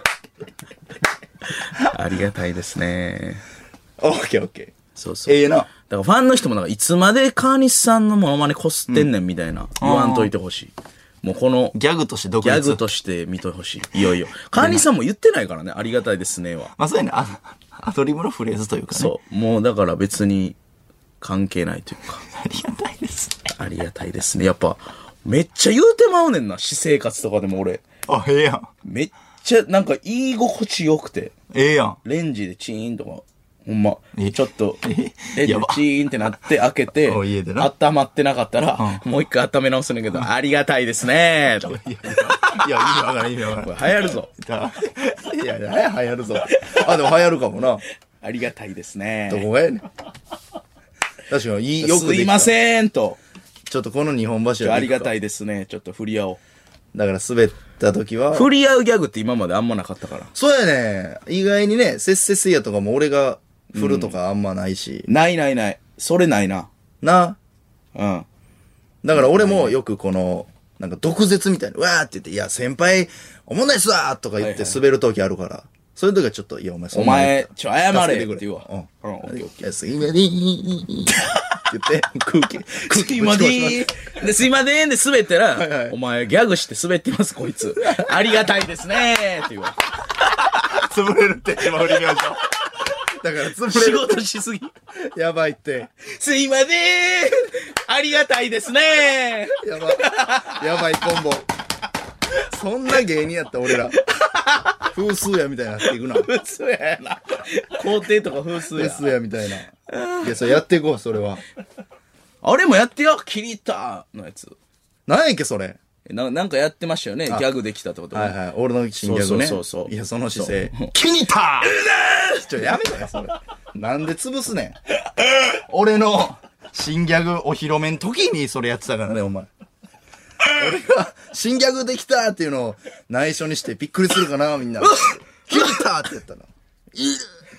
ありがたいですねー。オッケーオッケー。 そうそう。 ええな。 だからファンの人もなんかいつまで川西さんのモノマネこすってんねんみたいな、うん、言わんといてほしい。もうこのギャグとして独立。 ギャグとして見てほしい。いよいよ。川西さんも言ってないからね。ありがたいですねは。 まあそうやね。あアドリブのフレーズというかね。 そう。もうだから別に関係ないというか。 ありがたいですね。 ありがたいですね。やっぱめっちゃ言うてまうねんな。私生活とかでも俺。 あ、ええやん。 めっちゃなんか言い心地よくて。 ええやん。 レンジでチーンとか。ほんま、ちょっと、レンジでチーンってなって開けて、温まってなかったら、うん、もう一回温め直すんだけど、うん、ありがたいですねーとか。 いや、いや、意味わからん、意味わからん。 これ流行るぞ。 いやいや、流行るぞ。あ、でも流行るかもな。 ありがたいですねどこがやねん。確かに、いい、よくできた。 すいませんと。 ちょっとこの日本橋は。 ありがたいですね。ちょっと振り合おう。 だから滑った時は。 振り合うギャグって今まであんまなかったから。 そうやね。意外にね、せっせせやとかも俺が、振るとかあんまないし、 うん。ないないない。それないな。 な。 うん。 だから俺もよくこの、なんか毒舌みたいに、わーって言って、いや、先輩、おもんないっすわーとか言って滑る時あるから、はいはい、そういう時はちょっと、いや、お前そんな。お前、ちょ、謝れって言うわ。うん。うん、オッケーオッケー。 すいません。って言って、空気、空気すいません。で、すいませんで滑ったら、はいはい、お前、ギャグして滑ってます、こいつ。ありがたいですねーって言うわ。 潰れるって今振りましょう。だから潰れる。 仕事しすぎ。 やばいって。 すいません。ありがたいですね。 やばい。やばいコンボ。そんな芸人やった俺ら。風数やみたいになっていくな。 風数やな。皇帝とか風数や。 風数やみたいな。いや、それやっていこう、それは。 あれもやってよ。キリタのやつ。 何やっけ、それ。 な、なんかやってましたよね。ギャグできたってこと。 はいはい。俺の新ギャグね。 そうそうそう。 いや、その姿勢。気に入ったちょ、やめてよ、それ。なんで潰すねん。俺の新ギャグお披露目の時にそれやってたからね、お前。俺が新ギャグできたっていうのを内緒にしてびっくりするかな、みんな。気に入ったって言ったら。いいって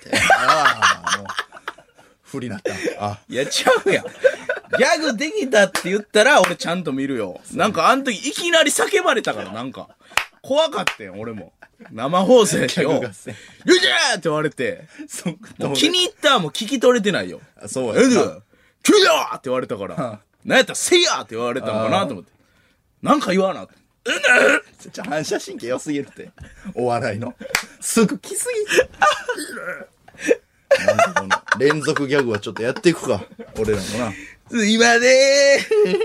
って。ああ、もう、不利なった。あ、 いや、ちゃうやん。ギャグできたって言ったら、俺ちゃんと見るよ。なんか、あの時いきなり叫ばれたから、なんか。怖かったよ、俺も。生放送やしよ。ゆうじゃーって言われて。もう気に入ったらもう聞き取れてないよ。 あ、そうや。 え、で、キューって言われたから。なんやったら、せいやって言われたのかなと思って。なんか言わなって。 ちょ、反射神経良すぎるって。お笑いの。すぐ来すぎ。なんかこの連続ギャグはちょっとやっていくか。俺らもな。 すいませ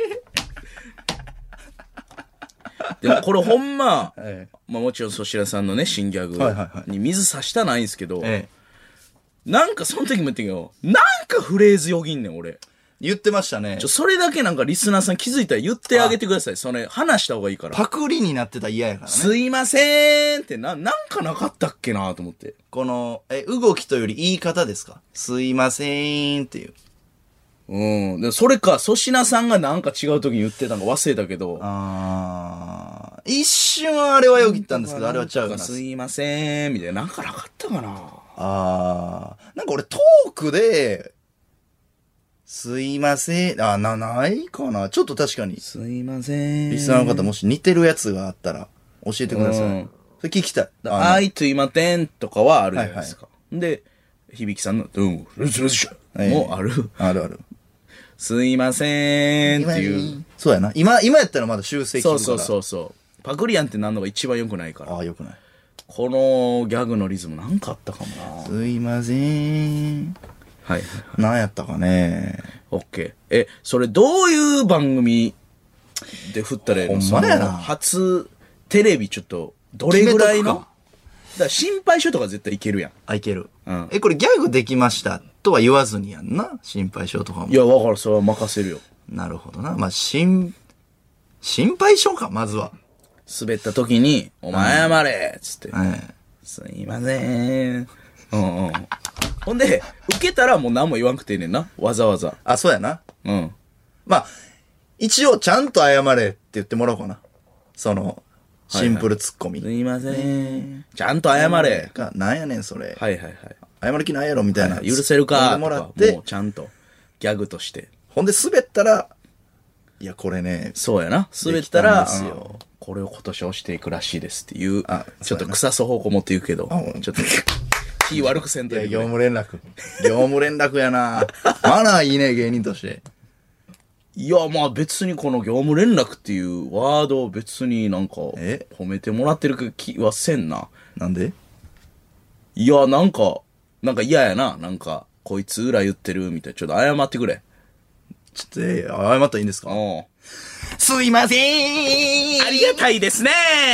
ー。でもこれほんま、ええ、まあもちろん粗品さんのね、新ギャグに水差したないんですけど、ええ、なんかその時も言ったけど、なんかフレーズよぎんねん、俺。 言ってましたね。 ちょ、それだけなんかリスナーさん気づいたら言ってあげてください。それ、話した方がいいから。 パクリになってたら嫌やからね。 すいませーんってな、なんかなかったっけなと思って。 この、え、動きというより言い方ですか？すいませーんっていう。 うん。でそれか、粗品さんがなんか違う時に言ってたの忘れたけど。 あー。一瞬あれはよぎったんですけど、あれはちゃうかな。 すいませーんみたいな。なんかなかったかな。 あー。なんか俺トークで、すいません。あ、な、ないかな。ちょっと確かに。 すいません。 リスナーの方もし似てるやつがあったら教えてください。うん、それ聞きたい。 あいといまてんとかはあるじゃないですか。はいはい、で、響さんの、うん、ルシルシュもある。 あるある。 すいませんっていう。 そうやな。今、今やったらまだ修正聞くから。 そうそうそうそう。パクリアンってなんのが一番良くないから。 ああ、良くない。 このギャグのリズムなんかあったかもな。 すいません。 はいはいはい。 何やったかね。 オッケー。え、それどういう番組で振ったらいいの？ ほんまやな。 初テレビちょっと、どれぐらいの？だから心配性とか絶対いけるやん。 あ、いける。うん。え、これギャグできましたとは言わずにやんな。心配性とかも。 いや、わかる。それは任せるよ。 なるほどな。まあ、心、心配性か、まずは。 滑った時に、お前謝れつって。 はい。 すいません。うんうん。ほんで、受けたらもう何も言わんくていいねんな。わざわざ。 あ、そうやな。 うん。 まあ、一応ちゃんと謝れって言ってもらおうかな。その、シンプルツッコミ。 はいはい、すいません。ちゃんと謝れ。 か、なんやねんそれ。 はいはいはい。 謝る気ないやろみたいな。 許せるか。 もらって。 もうちゃんと、ギャグとして。 ほんで滑ったら、いや、これね。 そうやな。滑ったら、うん、これを今年押していくらしいですっていう、あちょっと腐す方向持っていくけど、ちょっと、気悪くせんといて。 いや、業務連絡。業務連絡やな。マナーいいね、芸人として。 いや、まあ別にこの業務連絡っていうワードを別になんか、褒めてもらってる気はせんな。 なんで？ いや、なんか、なんか嫌やな。なんか、こいつ裏言ってるみたいな。ちょっと謝ってくれ。 ちょっと、えー、謝ったらいいんですか？ おう。 すいませーん。 ありがたいですね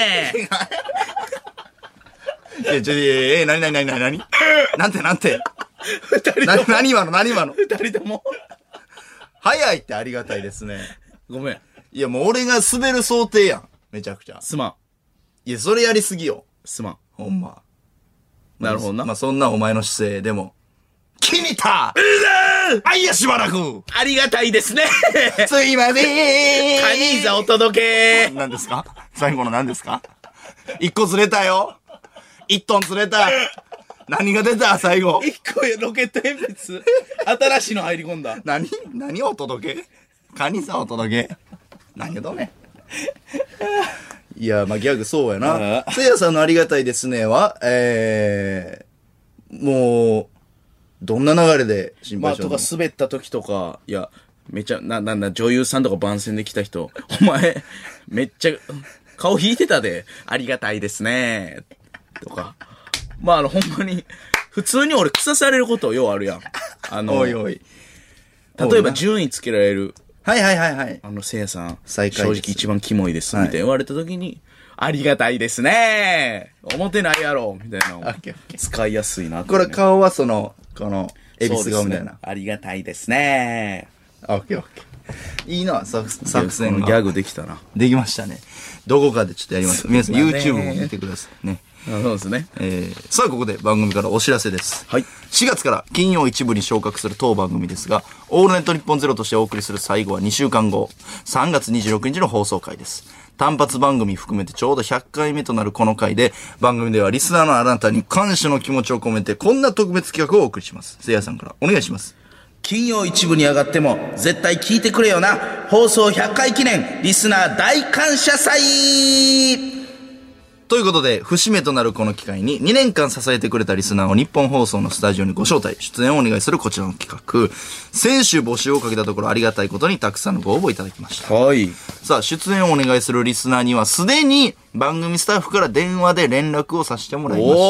ー。いや、ちょ、えー、なになになになになになんてなんて。 二人とも。 な、なに今の何今の。 二人とも。 早いってありがたいですね。 ごめん。 いや、もう俺が滑る想定やん。めちゃくちゃ。 すまん。 いや、それやりすぎよ。 すまん。 ほんま。 なるほどな。 まあ、そんなお前の姿勢でも。気に入ったあいや、しばらくありがたいですねすいませーんカニーザお届け何ですか最後の何ですか一個釣れたよ一トン釣れた何が出た最後一個ロケット鉛筆新しいの入り込んだ。 何何をお届けカニーザお届け何がどうねいや、まあ、ギャグそうやな。せいやさんのありがたいですねは、えー、もう、どんな流れで心配性の？ まあ、とか滑った時とか、いや、めちゃ、な、なんだ、女優さんとか番宣で来た人、お前、めっちゃ、顔引いてたで、ありがたいですね、とか。まあ、あの、ほんまに、普通に俺腐されることようあるやん。あの、 おいおい。 例えば順位つけられる。 はいはいはいはい。 あの、せいやさん、 正直一番キモいです、みたいな言われた時に、ありがたいですね思ってないやろみたいなの使いやすいなって、 ね、これ顔はその、この、エビス顔みたいな、ね。 ありがたいですねオッケーオッケー。いいな、作戦が。ギャグできたな。 できましたね。どこかでちょっとやります。皆さん YouTube を見てくださいね。 そうですね。 えー、さあここで番組からお知らせです。 はい。 しがつから金曜一部に昇格する当番組ですが、オールナイトニッポンゼロとしてお送りする最後はにしゅうかんご、さんがつにじゅうろくにちの放送回です。単発番組含めてちょうどひゃっかいめとなるこの回で、番組ではリスナーのあなたに感謝の気持ちを込めてこんな特別企画をお送りします。せいやさんからお願いします。 金曜一部に上がっても絶対聞いてくれよな。放送ひゃっかい記念リスナー大感謝祭ということで、節目となるこの機会ににねんかん支えてくれたリスナーを日本放送のスタジオにご招待、出演をお願いするこちらの企画。先週募集をかけたところありがたいことにたくさんのご応募いただきました。 はい。 さあ、出演をお願いするリスナーにはすでに番組スタッフから電話で連絡をさせてもらいました。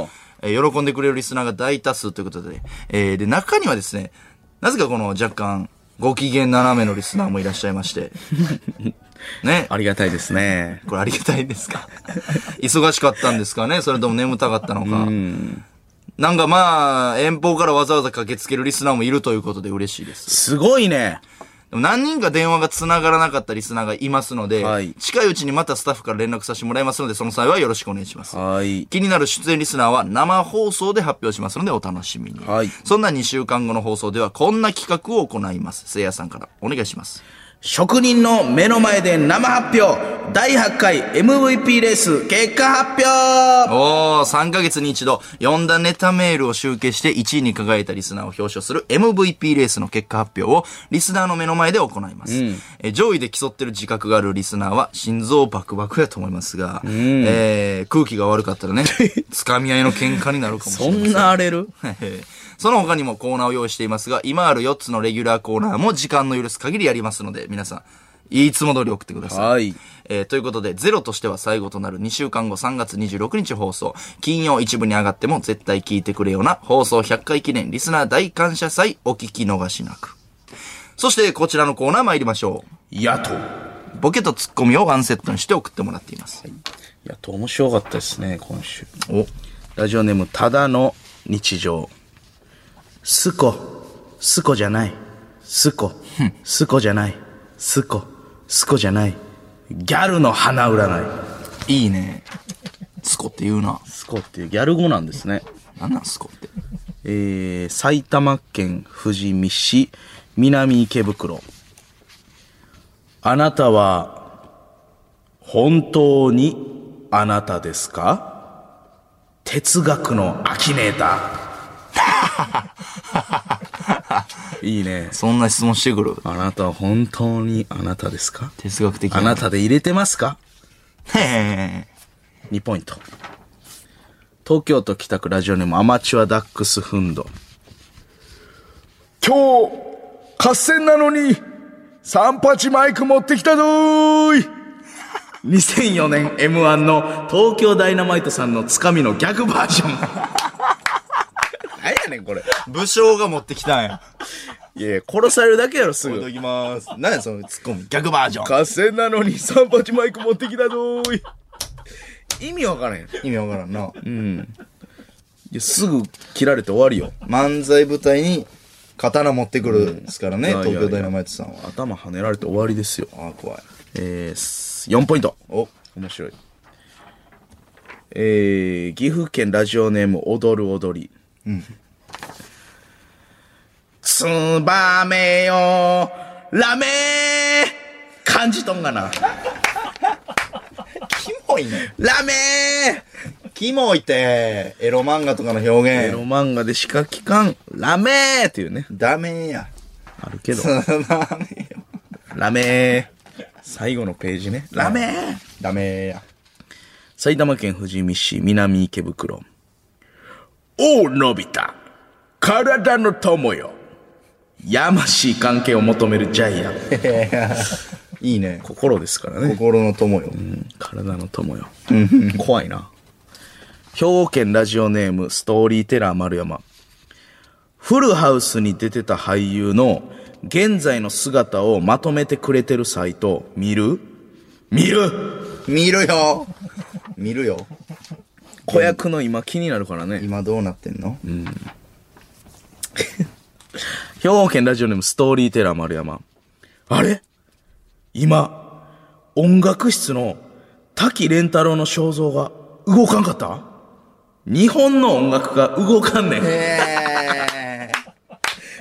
えー、喜んでくれるリスナーが大多数ということで、えー、で、中にはですね、なぜかこの若干ご機嫌斜めのリスナーもいらっしゃいまして。ね。 ありがたいですね。 これありがたいですか忙しかったんですかね、それとも眠たかったのか。うんなんかまあ、遠方からわざわざ駆けつけるリスナーもいるということで嬉しいです。 すごいね。 でも何人か電話が繋がらなかったリスナーがいますので、はい、近いうちにまたスタッフから連絡させてもらいますので、その際はよろしくお願いします。 はい、 気になる出演リスナーは生放送で発表しますのでお楽しみに。はい、そんなにしゅうかんごの放送ではこんな企画を行います。せいやさんからお願いします。 職人の目の前で生発表だいはちかい エムブイピー レース結果発表。 おー、さんかげつに一度読んだネタメールを集計していちいに輝いたリスナーを表彰する エムブイピー レースの結果発表をリスナーの目の前で行います、うん、え上位で競ってる自覚があるリスナーは心臓バクバクやと思いますが、うん、えー、空気が悪かったらねつかみ合いの喧嘩になるかもしれません。 そんな荒れるその他にもコーナーを用意していますが、今あるよっつのレギュラーコーナーも時間の許す限りやりますので、皆さん、いつも通り送ってください。はい。えー、ということで、ゼロとしては最後となるにしゅうかんごさんがつにじゅうろくにち放送、金曜一部に上がっても絶対聞いてくれよな、放送ひゃっかい記念リスナー大感謝祭、お聞き逃しなく。そして、こちらのコーナー参りましょう。 やと。 ボケとツッコミをワンセットにして送ってもらっています。はい、 やと面白かったですね、今週。お、ラジオネーム、ただの日常。すこ、すこじゃない。すこ、すこじゃない。すこ、すこじゃない。ギャルの花占い。いいね。すこって言うな。 すこっていうギャル語なんですね。 なんなんすこって。 えー、埼玉県富士見市南池袋。あなたは、本当にあなたですか？哲学のアキネーター。いいね。 そんな質問してくる。 あなたは本当にあなたですか？ 哲学的な。 あなたで入れてますか？ へへにポイント。東京都北区ラジオネームアマチュアダックスフンド。今日、合戦なのに、三八マイク持ってきたぞーい。にせんよねん エムワン の東京ダイナマイトさんのつかみの逆バージョン。何やねんこれ。 武将が持ってきたんや。 いやいや、殺されるだけやろすぐ。 置いときまーす。何やそのツッコミ。逆バージョン。 合戦なのに三八マイク持ってきたぞーい。意味わからへん。 意味わからんな。 うん。いや、すぐ切られて終わりよ。 漫才舞台に刀持ってくるんですからね、うん、東京ダイナマイトさんは。 頭跳ねられて終わりですよ。 ああ、怖い。 えー、よんポイント。 お、 面白い。えー、岐阜県ラジオネーム踊る踊り。うん。ツバメよラメー感じとんがな。 キモいね。 ラメーキモいって、エロ漫画とかの表現。 エロ漫画でしか聞かん、ラメーっていうね。 ダメや。 あるけど。 ダメよ。 ラメー。最後のページね。ラメー。 ダメや。 埼玉県富士見市南池袋。おう、のび太。体の友よ。やましい関係を求めるジャイアン。 いいね。 心ですからね。 心の友よ。 うん、体の友よ。怖いな。兵庫県ラジオネームストーリーテラー丸山。フルハウスに出てた俳優の現在の姿をまとめてくれてるサイト見る？見る見るよ見るよ。 子役の今気になるからね。 今どうなってんの？うん。 兵庫県ラジオネームストーリーテラー丸山。あれ今、音楽室の滝蓮太郎の肖像が動かんかった？日本の音楽が動かんねん。 へー。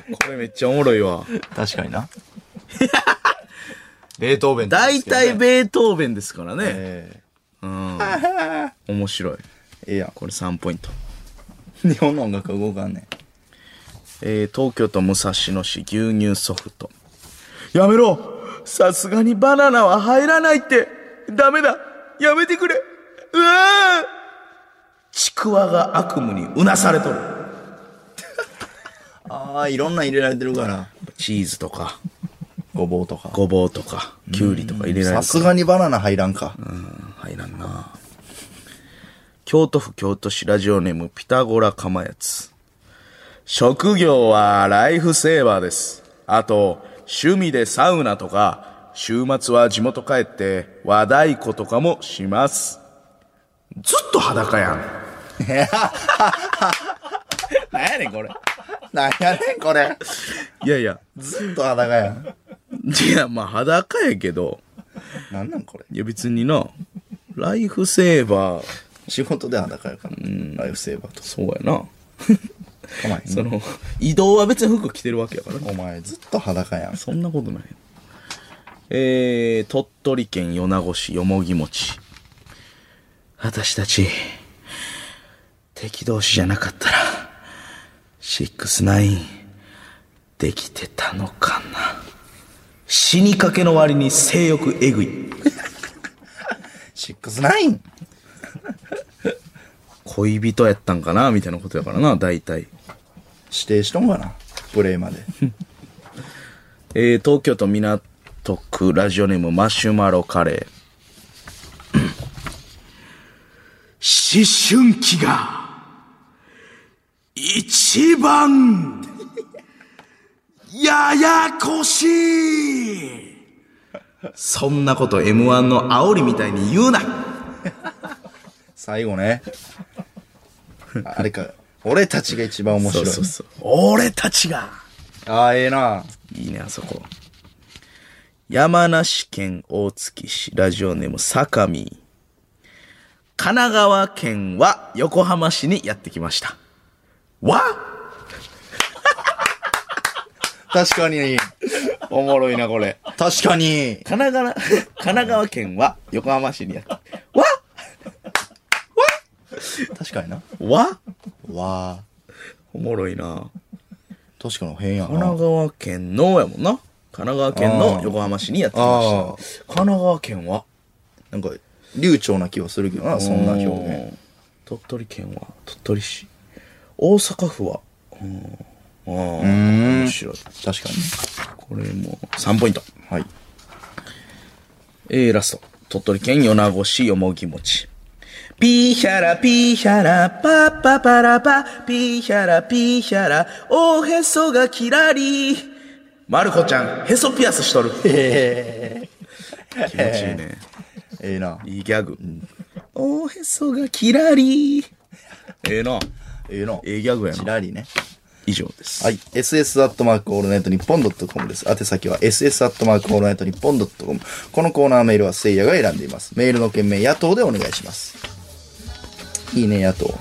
これめっちゃおもろいわ。 確かにな。ベートーベン大体ベートーベンですからね。 えうん。面白い。 ええやん。 これさんポイント。 日本の音楽は動かんねん。 えー、東京都武蔵野市牛乳ソフト。やめろ、さすがにバナナは入らないって。ダメだ、やめてくれ。うわー、ちくわが悪夢にうなされとる。 ああ、いろんな入れられてるから。 チーズとかごぼうとか。 ごぼうとかきゅうりとか入れられる。 さすがにバナナ入らんか。 うん、入らんな。京都府京都市ラジオネームピタゴラカマヤツ。職業はライフセーバーです。あと趣味でサウナとか、週末は地元帰って和太鼓とかもします。ずっと裸やん。 なんやねんこれ。なんやねんこれ。 いやいや、 ずっと裸やん。 いや、まあ裸やけど。 なんなんこれ。 いや別にな、ライフセーバー。 仕事で裸やから。ライフセーバーと。 そうやな。 かまへん。 その、移動は別に服着てるわけやからね。 お前ずっと裸やん。 そんなことない。えー、鳥取県米子市よもぎ餅。私たち、敵同士じゃなかったら、シックスナイン、できてたのかな。死にかけの割に性欲えぐい。 シックスナイン恋人やったんかなみたいなことやからな、大体。 指定しとんかなプレイまで。 えー、東京都港区ラジオネームマシュマロカレー。思春期が一番ややこしい。そんなこと エムワン の煽りみたいに言うな。 最後ね。あれか。俺たちが一番面白い。 そうそうそう。俺たちが。 ああ、ええな。 いいね、あそこ。山梨県大月市ラジオネーム坂見。神奈川県は横浜市にやってきました。わ確かに。 おもろいな、これ。 確かに。 神奈川、神奈川県は横浜市にやって、わ確かにな。 わわあ。 おもろいな。 確かに変やな。 神奈川県のやもんな。神奈川県の横浜市にやってきました。神奈川県はなんか、流暢な気はするけどな、そんな表現。 鳥取県は鳥取市。大阪府はうん。ああ、面白い。 確かに。 これもさんポイント。 はい。 えー、ラスト。鳥取県米子市よもぎ餅。ピーヒャラピーヒャラパッパパラパピーヒャラピーヒャラおへそがキラリ。まる子ちゃんへそピアスしとる。 へ気持ちいいね。 ええな。 いいギャグ。うん、おへそがキラリ。ええな。 ええな。 ええギャグやな。 キラリね。 以上です。 はい。エスエス アットマークオールナイトニッポンドットコムです。宛先は エスエス アットマークオールナイトニッポンドットコム。このコーナーメールはせいやが選んでいます。メールの件名、野党でお願いします。いいね、野党。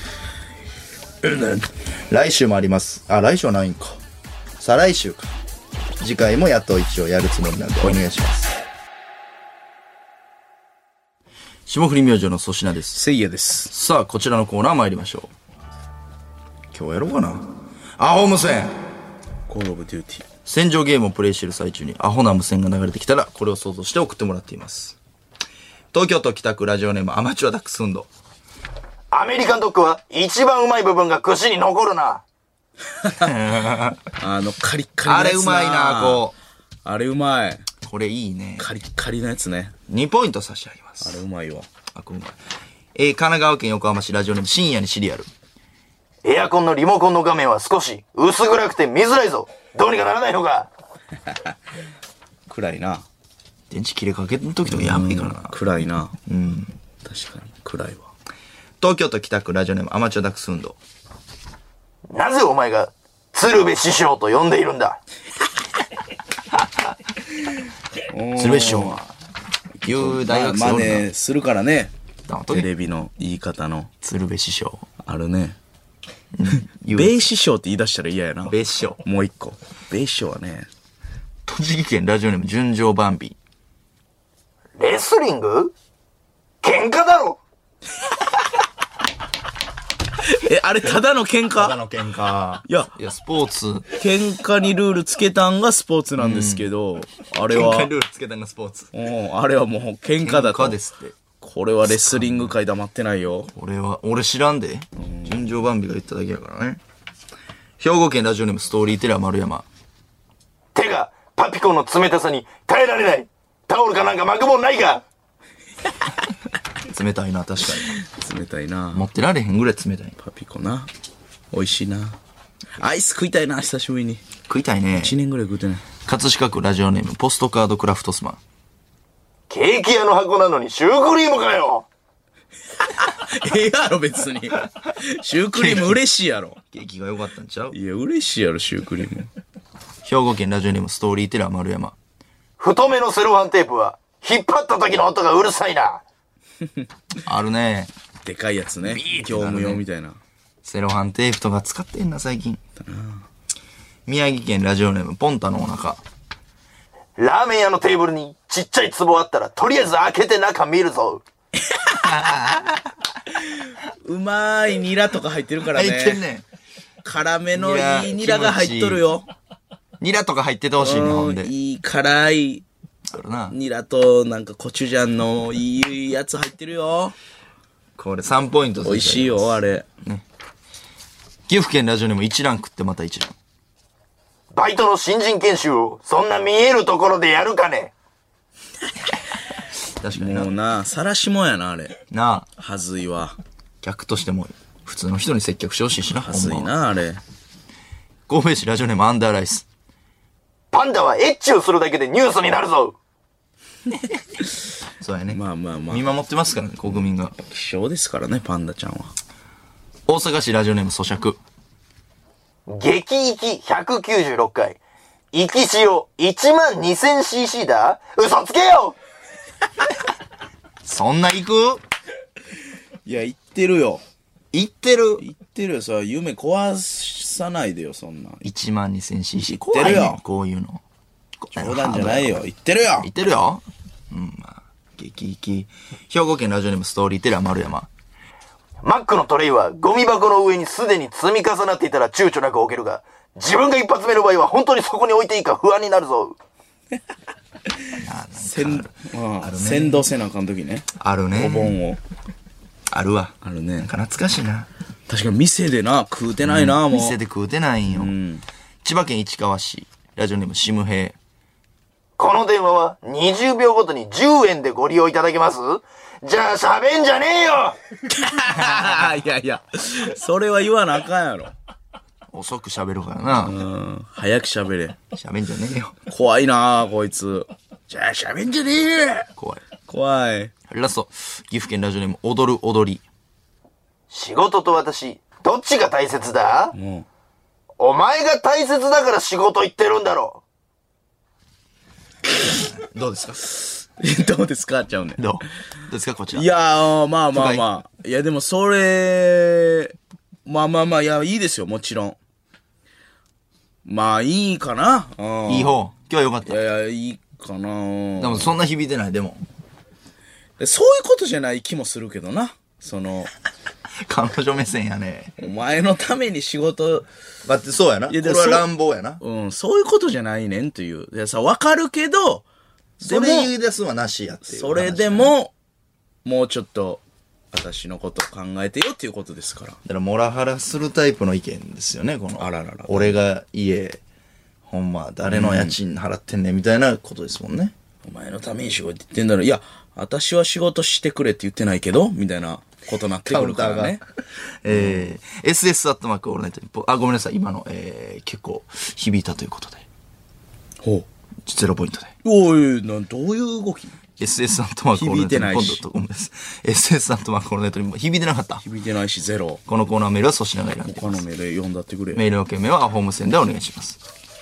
来週もあります。あ、来週はないんか。再来週か。次回も野党一応やるつもりなんでお願いします。霜降り明星の粗品です。 せいやです。 さあ、こちらのコーナー参りましょう。今日やろうかな。アホ無線。 コールオブデューティー。 戦場ゲームをプレイしている最中にアホな無線が流れてきたら、これを想像して送ってもらっています。東京都北区ラジオネームアマチュアダックスフンド。 アメリカンドッグは一番うまい部分が串に残るな。 あの、カリッカリのやつな。 あれうまいな、こう。あれうまい。 これいいね。 カリッカリのやつね。 にポイント差し上げます。 あれうまいわ。 あ、これうまい。えー、神奈川県横浜市ラジオネーム深夜にシリアル。 エアコンのリモコンの画面は少し薄暗くて見づらいぞ。どうにかならないのか。 暗いな。 電池切れかけの時とかやばいからな。 暗いな。 うん。 確かに暗いわ。 東京都北区ラジオネームアマチュアダックスフンド。 なぜお前が鶴瓶師匠と呼んでいるんだ。 鶴瓶師匠はいう大学生真似するからね。 なテレビの言い方の鶴瓶師匠あるね。 米師匠って言い出したら嫌やな。 米師匠。 もう一個。米師匠はね。 栃木県ラジオネーム純情バンビ。 レスリング喧嘩だろえ、あれただの喧嘩ただの喧嘩。 いや、 いや、スポーツ。 喧嘩にルールつけたんがスポーツなんですけど、うん、あれは。 喧嘩ルールつけたんがスポーツ。 うん、あれはもう喧嘩だと。 喧嘩ですって。 これはレスリング界黙ってないよ。 俺は、俺知らんで。純情バンビが言っただけやからね。兵庫県ラジオネームストーリーテラー丸山。 手がパピコの冷たさに耐えられない。タオルかなんか巻くもんないか冷たいな、確かに。冷たいな。 持ってられへんぐらい冷たい。 パピコな。美味しいな。アイス食いたいな、久しぶりに。 食いたいね。 いちねんぐらい食うてない。 葛飾区ラジオネームポストカードクラフトスマン。 ケーキ屋の箱なのにシュークリームかよええやろ、別に。シュークリーム嬉しいやろ。 ケーキが良かったんちゃう？ いや、嬉しいやろ、シュークリーム。 兵庫県ラジオネームストーリーテラー丸山。 太めのセロハンテープは引っ張った時の音がうるさいなあるね。 でかいやつね。業務用みたいな。 セロハンテープとか使ってんな、最近。宮城県ラジオネームポンタのお腹。 ラーメン屋のテーブルにちっちゃい壺あったらとりあえず開けて中見るぞうまいニラとか入ってるからね。 入ってんねん。 辛めのいいニラが入っとるよ。 ニラとか入っててほしいね、ほんで。 いい辛い。 あるな。 ニラとなんかコチュジャンのいいやつ入ってるよ。 これさんポイント。 美味しいよ、あれ。 ね。岐阜県ラジオネーム一覧食ってまた一覧。 バイトの新人研修をそんな見えるところでやるかね確かにな。 もうな、晒しもんやな、あれ。 なあ。 はずいわ。 客としても、普通の人に接客してほしいしな。 はずいな、あれ。 神戸市ラジオネームアンダーライス。 パンダはエッチをするだけでニュースになるぞそうやね。 まあまあまあ。 見守ってますからね、国民が。 希少ですからね、パンダちゃんは。 大阪市ラジオネーム咀嚼。 激域ひゃくきゅうじゅうろっかい。生き塩 いちまんにせんシーシー だ嘘つけよそんな行く？ いや、言ってるよ。 言ってる言ってるよ。さ、夢壊さないでよ、そんな。 いちまんにせんシーシー。 言ってるよ。 怖いね、こういうの。 冗談じゃないよ。言ってるよ。 言ってるよ。うん、まあ、激域。兵庫県ラジオネームストーリーテラー丸山。 マックのトレイはゴミ箱の上にすでに積み重なっていたら躊躇なく置けるが、自分が一発目の場合は本当にそこに置いていいか不安になるぞ。 先、ああ、先導せなあかん時ね。 あるね。 お盆を。 あるわ。 あるね。 なんか懐かしいな。 確かに店でな、食うてないな、 うん、 もう。 店で食うてないんよ。うん、千葉県市川市、ラジオネームシムヘイ。 この電話はにじゅうびょうごとにじゅうえんでご利用いただけます？じゃあ喋んじゃねえよいやいや、それは言わなあかんやろ。 遅く喋るからな。 うん。早く喋れ。 喋んじゃねえよ。 怖いなあ、こいつ。じゃあ喋んじゃねえよ。 怖い。 怖い。 ラスト、岐阜県ラジオネーム踊る踊り。 仕事と私、どっちが大切だ？ うん。 お前が大切だから仕事行ってるんだろ。 どうですかどうですかちゃうねん。 どうどうですかこちら。 いやー、まあまあまあ。いやでもそれ、まあまあまあ、いや、いいですよ、もちろん。まあ、いいかな。 いい方。今日はよかった。 いやいや、いいかな。 でもそんな響いてない、でも。 そういうことじゃない気もするけどな。その。 彼女目線やね。 お前のために仕事。 待って、そうやな。これは乱暴やな。 うん、そういうことじゃないねんという。いやさ、わかるけど、 それ言い出すはなしやっていう。 それでも、もうちょっと、私のことを考えてよっていうことですから。だから、モラハラするタイプの意見ですよね、この。 あららら。 俺が家、ほんま、誰の家賃払ってんねんみたいなことですもんね。 お前のために仕事言ってんだろ。いや、私は仕事してくれって言ってないけど、みたいなことになってくるからね。 えー、エスエス アットマークオールナイトニッポン。あ、ごめんなさい。今の、えー、結構響いたということで。 ほう。 ゼロポイントで。 おい、な、どういう動き？ エスエス アットマークオールナイトニッポンドットコムです。エスエス アットマークオールナイトニッポン。響いてなかった？ 響いてないし、ゼロ。 このコーナーメールは粗品が選んでます。 他のメール読んだってくれ。 メールの件名はホームセンでお願いします。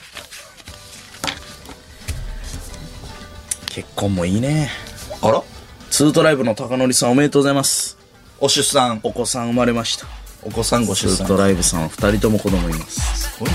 結婚もいいね。 あら？ ツートライブの高則さんおめでとうございます。 お出産。 お子さん生まれました。 お子さんご出産。 スートライブさんは二人とも子供います。 すごいな。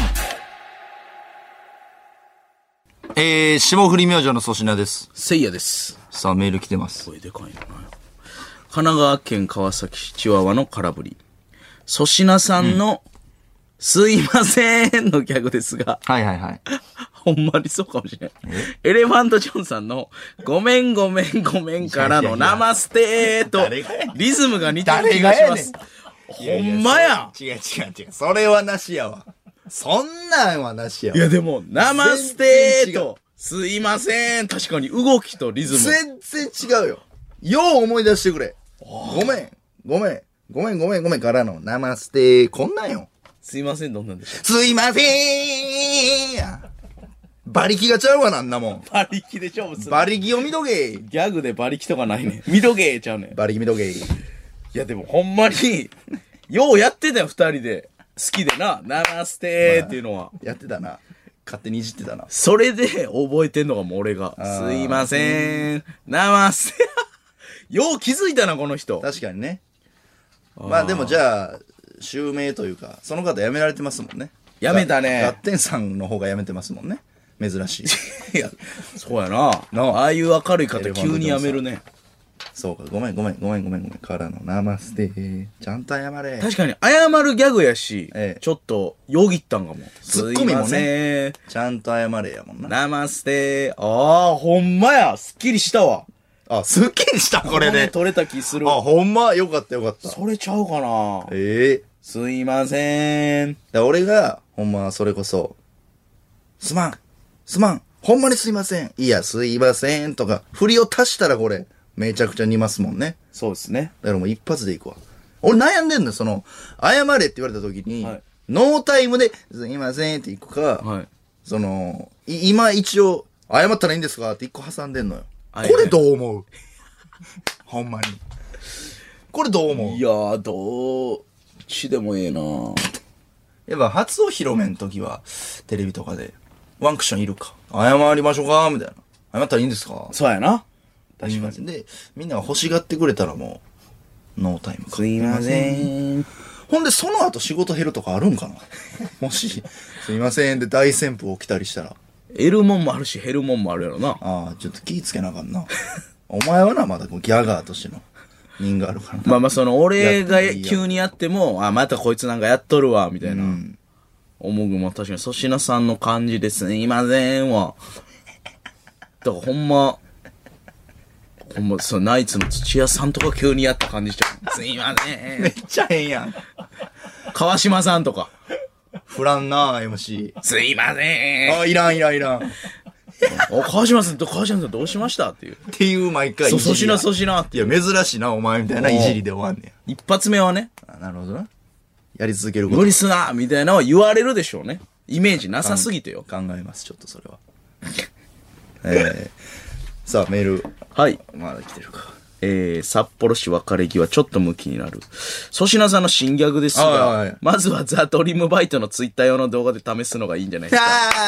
えー、霜降り明星の粗品です。 せいやです。 さあ、メール来てます。 声でかいな。神奈川県川崎市チワワの空振り。粗品さんの、うん、すいませんのギャグですが。 はいはいはい。 ほんまにそうかもしれない。エレファントジョンさんの、ごめんごめんごめんからのナマステーと、リズムが似てる気がします。ほんまや。 違う違う違う。それはなしやわ。そんなんはなしやわ。 いやでも、ナマステーと、すいません。確かに動きとリズム。 全然違うよ。よう思い出してくれ。ごめん、ごめん、ごめんごめんごめんからのナマステー。こんなんよ。 すいません、どんなんでしょう。 すいませんや。馬力がちゃうわな、あんなもん。 馬力で勝負する。 馬力を見とけ。 ギャグで馬力とかないね。見とけちゃうね。 馬力見とけ。いやでもほんまに、ようやってたよ、二人で。好きでな、ナマステーっていうのは。 やってたな。勝手にいじってたな。 それで覚えてんのがもう俺が。すいません。ナマステー。よう気づいたな、この人。 確かにね。まあでもじゃあ、襲名というか、その方辞められてますもんね。 辞めたね。 ガッテンさんの方が辞めてますもんね。珍しい。 いや、そうやな。ああいう明るい方急に辞めるね。 そうか、ごめんごめんごめんごめんごめん。からのナマステー。ちゃんと謝れ。 確かに謝るギャグやし、 ええ、 ちょっとよぎったんかも。 ツッコミもね。ちゃんと謝れやもんな。 ナマステー。ああ、ほんまや。すっきりしたわ。 あ、すっきりしたこれで。 取れた気する。 あ、ほんまよかったよかった。 それちゃうかな。 ええー。 すいません。 だ俺が、ほんまそれこそ、すまん、すまん、ほんまにすいません。いや、すいませんとか、振りを足したらこれ、めちゃくちゃ似ますもんね。 そうですね。 だからもう一発でいくわ。俺悩んでんのよ、その、謝れって言われた時に、はい、ノータイムで、すいませんっていくか、はい、その、い今一応、謝ったらいいんですかって一個挟んでんのよ。はいはい、これどう思うほんまに。これどう思ういやー、どっちでもええなやっぱ初お披露目の時は、テレビとかで、ワンクッションいるか。謝りましょうかみたいな。謝ったらいいんですかそうやな。 確かに。で、みんなが欲しがってくれたらもう、ノータイムか。 すいません。 ほんで、その後仕事減るとかあるんかなもし、すいませんで大旋風起きたりしたら。 得るもんもあるし、減るもんもあるやろな。 ああ、ちょっと気ぃつけなあかんな。お前はな、まだこうギャガーとしての人があるからな。 まあまあ、その、俺が急にやっても、あ、またこいつなんかやっとるわ、みたいな。うん、思うも確かに、粗品さんの感じですね。いませんわ。だからほんま、ほんま、そのナイツの土屋さんとか急にやった感じしちゃう。すいません。 めっちゃ変やん。 川島さんとか。 振らんな エムシー。 すいません。 あ、いらんいらんいらん。 お、川島さんと川島さんどうしましたっていう。 っていう毎回いじり。 そう、粗品粗品って。 いや、珍しいな、お前みたいないじりで終わんねん。一発目はね。 あ、なるほどな。やり続けること。 無理すなみたいなのは言われるでしょうね。イメージなさすぎてよ。 考えます、ちょっとそれは。えー、さあ、メール。 はい。 まだ来てるか。 えー、札幌市別れ際ちょっと向きになる。粗品さんの新ギャグですが、はいはい、まずはザ・ドリームバイトのツイッター用の動画で試すのがいいんじゃないですか。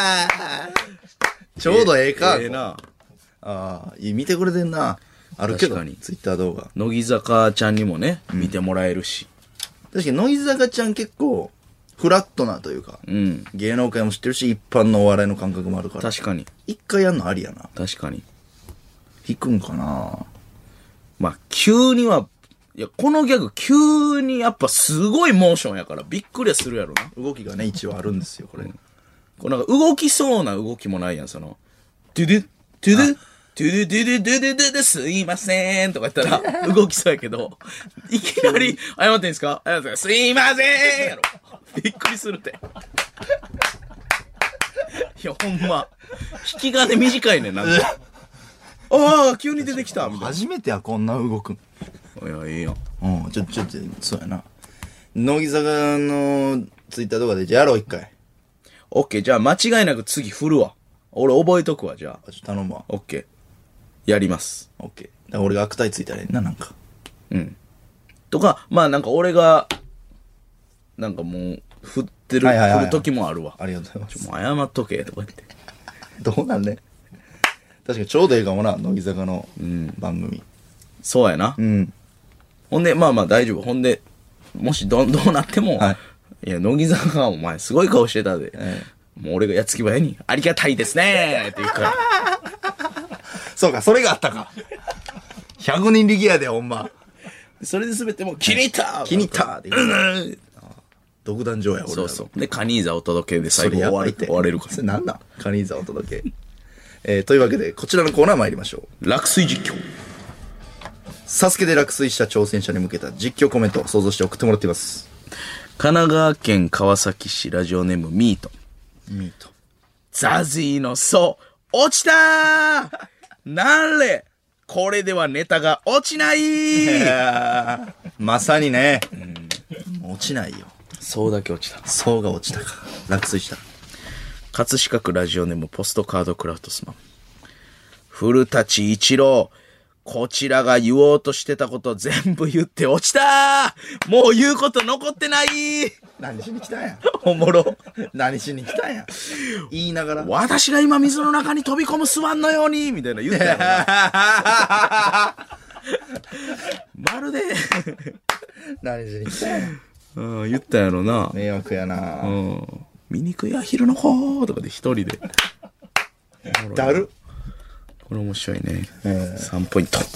ちょうどええか。 ええー、な。 ああ、見てくれてんな。あるけど、ツイッター動画。 乃木坂ちゃんにもね、見てもらえるし。 確かに乃木坂ちゃん結構、フラットなというか、うん、芸能界も知ってるし、一般のお笑いの感覚もあるから。 確かに。 一回やんのありやな。 確かに。 引くんかな。 まあ、急には、いや、このギャグ、急にやっぱすごいモーションやから、びっくりはするやろな。 動きがね、一応あるんですよ、これ。うん、 こうなんか動きそうな動きもないやん、その、トゥドゥ、トゥドゥ、トゥドゥドゥドゥドゥドゥドゥドゥすいませんとか言ったら、動きそうやけど、いきなり、謝ってんすか謝ってんすかすいませんやろ。びっくりするって。いや、ほんま、引き金短いねん、なんか。ああ、急に出てきたみたいな。 初めてや、こんな動くん。 いや、いいよ。 うん、ちょ、ちょっと、そうやな。乃木坂のツイッターとかで、じゃあやろう、一回。 オッケー、じゃあ間違いなく次振るわ。俺覚えとくわ、じゃあ。 ちょっと頼むわ。 オッケー。やります。 オッケー。だから俺が悪態ついたらいいな、なんか。 うん。とか、まあなんか俺が、なんかもう、振ってる、振る時もあるわ。 ありがとうございます。 ちょ、もう謝っとけ、とか言って。 どうなんね。確かにちょうどいいかもな、乃木坂の番組。うん、 そうやな。 うん。 ほんで、まあまあ大丈夫。ほんで、 もしど、どうなっても、 はいいや、乃木坂はお前すごい顔してたで。 えもう俺がやっつき早に、ありがたいですねって言うから。 そうか、それがあったか。ひゃくにん力やで、ほんま。 それで全てもう気に入った気に入ったって言ううん独壇場や、俺らのそうそう。で、カニーザお届けでそ最後終わるれやばいって。 終われるからそ。れなんなんカニーザお届け。えー、というわけで、こちらのコーナー参りましょう。 落水実況。 サスケで落水した挑戦者に向けた実況コメントを想像して送ってもらっています。 神奈川県川崎市ラジオネームミート。 ミート。 ザジーの層、落ちたーなんれこれではネタが落ちないいやーまさにね、うん、落ちないよ。 そうだけ落ちた。 層が落ちたか。落水した。 葛飾区ラジオネームポストカードクラフトスマン。古舘一郎、こちらが言おうとしてたこと全部言って落ちたーもう言うこと残ってない何しに来たんや。 おもろ。 何しに来たんや。言いながら。 私が今水の中に飛び込むスワンのようにみたいな言ったよな。まるで、 何しに来たんや。 うん、言ったやろな。 迷惑やな。 うん。醜いアヒルの方とかで一人で。 だる。 これ面白いね。 えーさんポイント。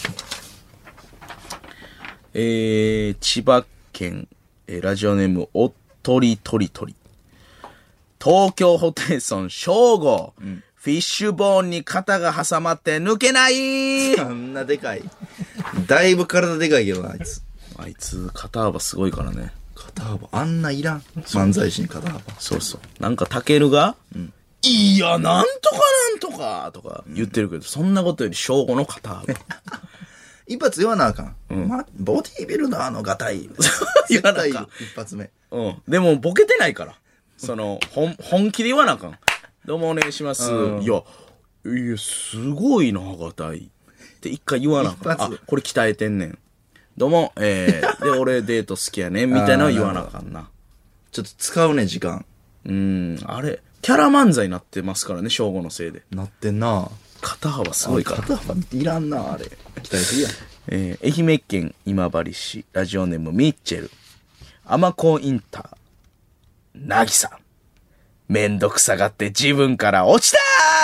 えー、千葉県、えーラジオネーム、おっとりとりとり。東京ホテイソン、正吾、フィッシュボーンに肩が挟まって抜けないあんなでかい。だいぶ体でかいけどな、あいつ。 あいつ、肩幅すごいからね。 肩幅、あんないらん。漫才師に肩幅。 そうそう。なんか、タケルが、いや、なんとかなんとか、とか言ってるけど、そんなことより正吾の肩幅。 一発言わなあかん。ま、ボディービルダーのガタイ。 言わなあかん絶対一発目。 うん。でも、ボケてないから。その、本、本気で言わなあかん。どうもお願いします。 うんいや、いや、すごいな、がたい。って一回言わなあかん。 一発あ、これ鍛えてんねん。どうも、えー、で、俺デート好きやねん、みたいなの言わなあかんな。 ちょっと使うね、時間。 うん、あれ、キャラ漫才になってますからね、正吾のせいで。 なってんな。 肩幅すごいから。 肩幅いらんな、あれ。期待するやん。 えー、愛媛県今治市、ラジオネームミッチェル。アマコンインター。なぎさ。めんどくさがって自分から落ちた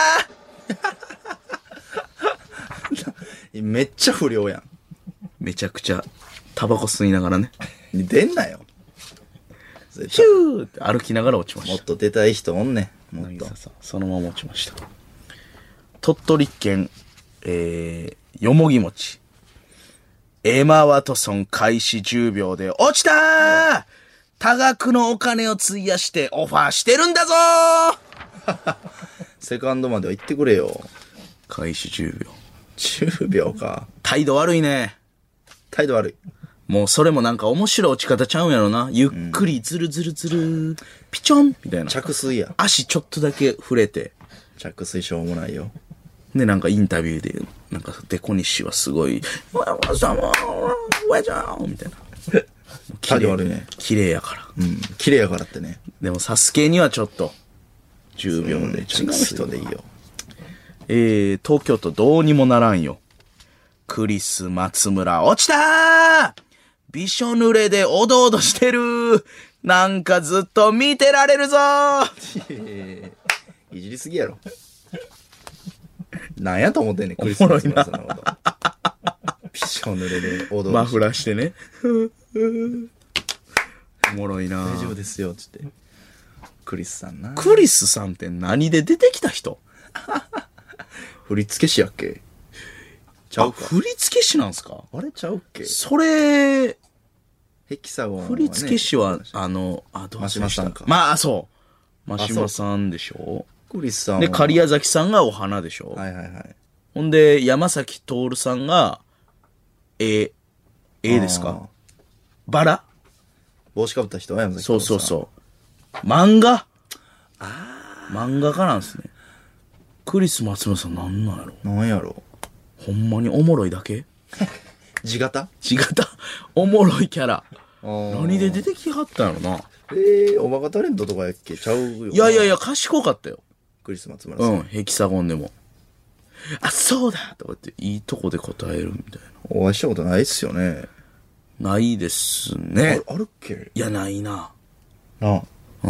めっちゃ不良やん。 めちゃくちゃ、タバコ吸いながらね。 出んなよ。絶ヒ対ューって歩きながら落ちまし。 もったと出たい人おんねん。もっと。 そのまま落ちました。鳥取県、えー、よもぎ餅。エマ・ワトソン開始じゅうびょうで落ちたー多額のお金を費やしてオファーしてるんだぞーセカンドまでは行ってくれよ。 開始じゅうびょう。 じゅうびょうか。 態度悪いね。 態度悪い。 もうそれもなんか面白い落ち方ちゃうんやろな。ゆっくりズルズルズル、ピチョンみたいな。 着水や。 足ちょっとだけ触れて。 着水しょうもないよ。 で、なんかインタビューで、なんかデコニッシュはすごい、わわさわわじゃーみたいな。 態度悪いね。 綺麗やから。 うん。綺麗やからってね。 でもサスケにはちょっと、じゅうびょうで違う人でいいよ。 えー、東京都どうにもならんよ。クリス松村落ちたーびしょ濡れでおどおどしてるなんかずっと見てられるぞーいじりすぎやろ。なんやと思ってんねん、クリスマスのこと。びしょ濡れで踊る。 マフラーしてね。おもろいな大丈夫ですよ、つって。クリスさんな。 クリスさんって何で出てきた人振付師やっけちゃあ、 うか。 振付師なんすかあれちゃうっけそれ、 ヘキサゴンはね。 振付師は、あの、あ、どう真島さんかまあ、そう。真島さんでしょクリスさんは。 で、狩矢崎さんがお花でしょはいはいはい。 ほんで、山崎徹さんが、え、えですかバラ帽子かぶった人は山崎そうそうそう。漫画漫画家なんですね。クリス松村さんなんなんやろう。なんやろほんまにおもろいだけ地形地形おもろいキャラ。 何何で出てきはったんやろな。 えー、おバカタレントとかやっけちゃうよ。 いやいやいや、賢かったよ。 クリス松村さ。 うんん、ヘキサゴンでも。あ、そうだとかっていいとこで答えるみたいな。 お会いしたことないっすよね。 ないですね。 あるっけ？ いや、ないな。 なあ。 うん。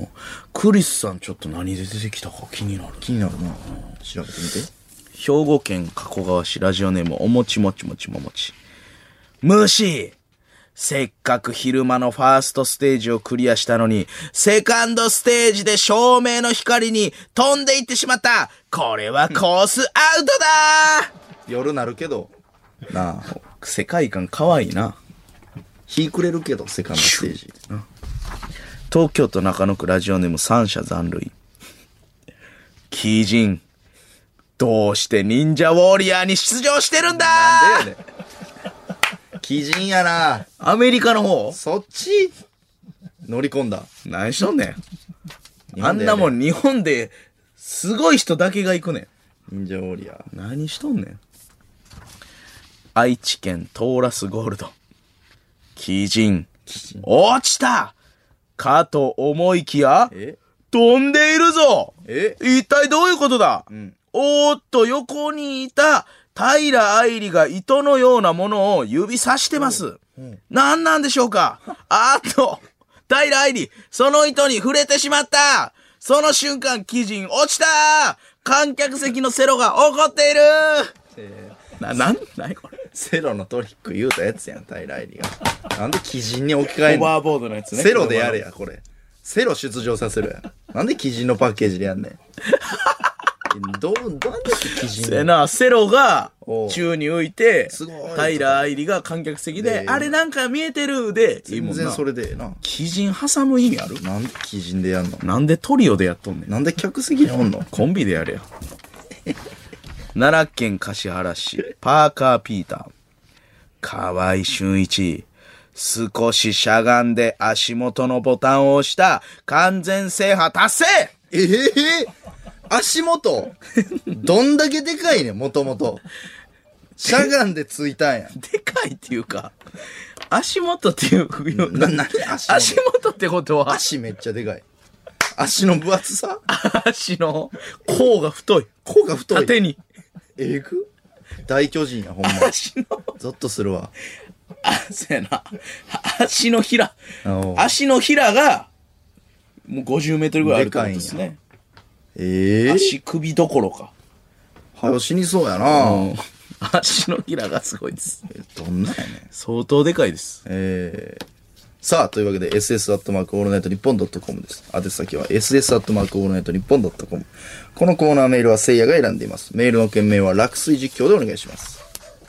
クリスさんちょっと何で出てきたか気になる。 気になるな。調べてみて。 兵庫県加古川市ラジオネームおもちもちもちももち。虫せっかく昼間のファーストステージをクリアしたのに、セカンドステージで照明の光に飛んでいってしまった。これはコースアウトだ夜なるけど、なあ。 世界観かわいいな。 日暮れるけど、セカンドステージ。 東京都中野区ラジオネーム三者残塁。キージン、どうして忍者ウォーリアーに出場してるんだなんでやねん。鬼人やな。 アメリカの方そっち乗り込んだ。 何しとんねん。あん日本でやれなもん日本ですごい人だけが行くねん。 忍者ウォリアー。 何しとんねん。愛知県トーラスゴールド。鬼人。落ちたかと思いきや、 え飛んでいるぞえ一体どういうことだ、うん、おーっと横にいた平愛理が糸のようなものを指さしてます。うんうん、何なんでしょうかあーっと、平愛理、その糸に触れてしまったその瞬間、鬼人落ちた観客席のセロが怒っている、えー、な、なん、なにこれセロのトリック言うたやつやん、平愛理が。なんで鬼人に置き換えんの？ ホバーボードのやつね。 セロでやれや、これ。セロ出場させるやん。なんで鬼人のパッケージでやんねん。どう、どうやって鬼人せな、セロが宙に浮いて、平愛理が観客席で、あれなんか見えてるで、 全然それでええな。 鬼人挟む意味ある？ なんで鬼人でやんの？ なんでトリオでやっとんねん。 なんで客席におんの？ コンビでやれや。奈良県橿原市、パーカーピーター。河合俊一。少ししゃがんで足元のボタンを押した完全制覇達成。 ええー、足元どんだけでかいねん、もともと。しゃがんでついたんや。 でかいっていうか、足元っていう、 な、なに足元足元ってことは足めっちゃでかい。足の分厚さ足の甲が太い。 甲が太い。 縦に。 えぐ大巨人や、ほんま。 足の。 ゾッとするわ。 あ、そうやな。足のひら。足のひらが、もうごじゅうメートルぐらいあるってことですね。 ええー。 足首どころか。 はよ死にそうやな、うん、 足のひらがすごいです。 え、どんなやねん。 相当でかいです。 ええー。さあ、というわけで、エスエス アットマークオールナイトニッポンドットコムです。宛先は エスエス アットマークオールナイトニッポンドットコム。このコーナーメールはせいやが選んでいます。メールの件名は落水実況でお願いします。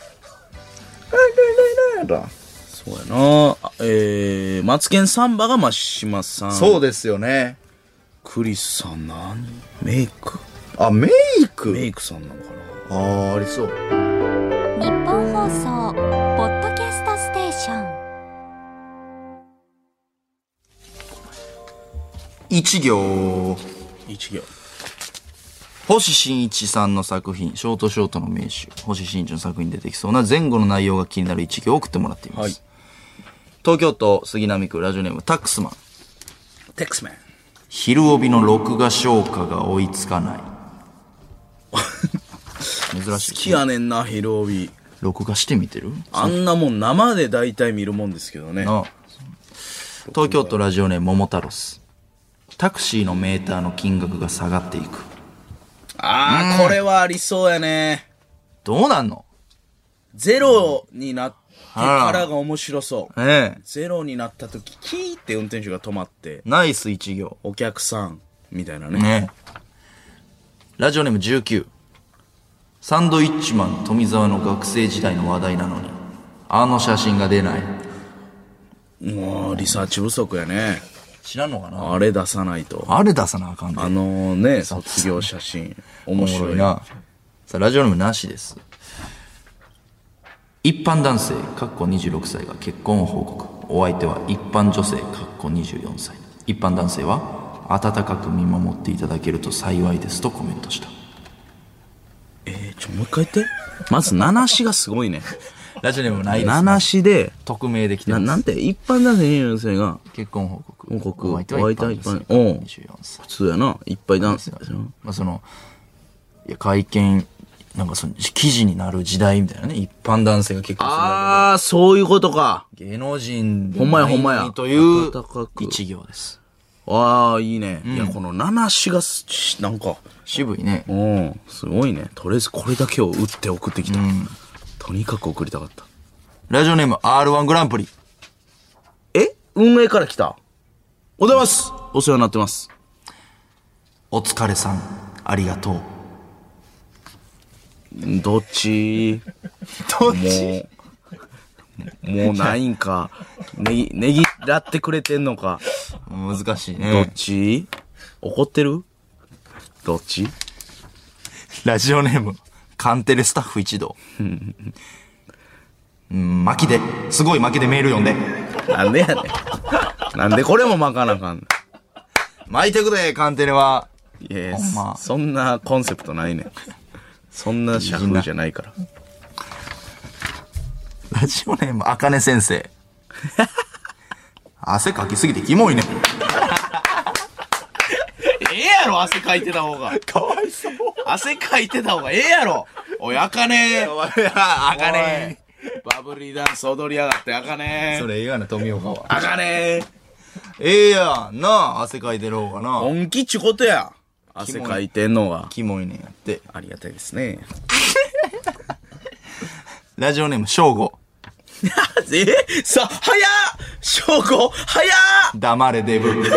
そうやな。えー、マツケンサンバがマシマさん。 そうですよね。 クリスさん何メイク。 あ、メイクメイクさんなのかな。 あー、ありそう。 日本放送ポッドキャストステーション。 一行。 一行。 星新一さんの作品、ショートショートの名手、星新一の作品に出てきそうな前後の内容が気になる一行を送ってもらっています。はい、東京都杉並区ラジオネームタックスマン。 タックスマン。 昼帯の録画消化が追いつかない。珍しい。 好きやねんな、昼帯。 録画してみてる？ あんなもん生で大体見るもんですけどね。ああ、 東京都ラジオネーム桃太郎ス。タクシーのメーターの金額が下がっていく。 ああ、これはありそうやね。 どうなんの？ ゼロになってからが面白そう。 ええ。 ゼロになった時、キーって運転手が止まって。 ナイス一行。 お客さん、みたいなね。 ね。ラジオネームじゅうきゅう。サンドイッチマン富澤の学生時代の話題なのに、あの写真が出ない。 もう、リサーチ不足やね。 知らんのかな？ あれ出さないと。 あれ出さなあかんで。 あのね、卒業写真。面白いな。さあ、ラジオネームなしです。一般男性、かっこにじゅうろくさいが結婚を報告。お相手は一般女性、かっこにじゅうよんさい。一般男性は、温かく見守っていただけると幸いですとコメントした。 えー、ちょ、もう一回言って。まず、七しがすごいね。 ラジオネームないです。 七しで、 匿名できてます。 な、なんて、一般男性にじゅうよんさいが、 結婚報告。 報告。 お相手は一般女性、 にじゅうよんさい。普通やな。いっぱい男性。 まあ、その、いや、会見なんかその、記事になる時代みたいなね。一般男性が結婚するんだあー、そういうことか。 けど。芸能人ほんまやほんまやという暖かく一行です。 あー、いいね。いや、この七しがす、なんか、 渋いね。 うん、すごいね。とりあえずこれだけを打って送ってきた。とにかく送りたかった。 ラジオネーム アールワン グランプリ。 え運営から来た。おはようございます。お世話になってます。 お疲れさん、ありがとう。 どっちどっちもう、もうないんか。ねぎ、ねぎらってくれてんのか。 難しいどっね。 ち怒ってるどっちラジオネーム、カンテレスタッフ一同。うん、巻きで、すごい巻きでメール読んで。 なんでやねん。なんでこれも巻かなあかんね巻いてくれ、カンテレは。 ん。いや、 ほんまそんなコンセプトないねん。そんな社風じゃないから。 ラジオネーム、あかね先生。汗かきすぎてキモいね。 ええやろ、汗かいてた方が。 かわいそう。 汗かいてた方がええやろ。おい、あかねあかねバブリーダンス踊りやがって、あかねそれええがな、富岡は。 あかねええやんなあ、汗かいてる方がな。 本気っちゅことや。汗かいてんのが。 キモいねんやって。 ありがたいですね。 ラジオネーム、しょうご。 えさ、早っ証拠早っ黙れデブ。 失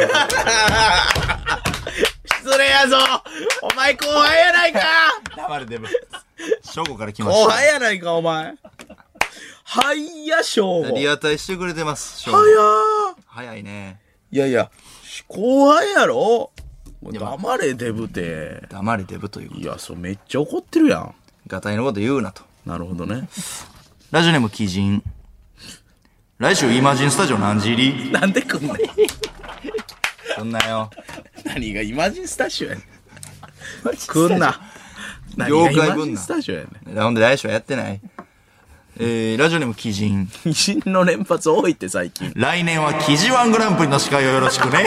礼やぞお前後輩やないか黙れデブ。しょうごから来ました。 後輩やないかお前早っ証拠リアタイしてくれてます。 早っ早いね。 いやいや、後輩やろ黙れデブって黙れデブということ。 いや、そうめっちゃ怒ってるやん。 ガタイのこと言うなと。 なるほどね。 ラジオネーム、キジン。来週イマジンスタジオ何時入り？ なんで来んねんそんなよ。 何がイマジンスタジオやねん来んな何業がイ界分なマジンスタジオやねんほんで来週はやってない。えー、ラジオネーム、キジン。 偉人の連発多いって最近。 来年はキジワングランプリの司会をよろしくね。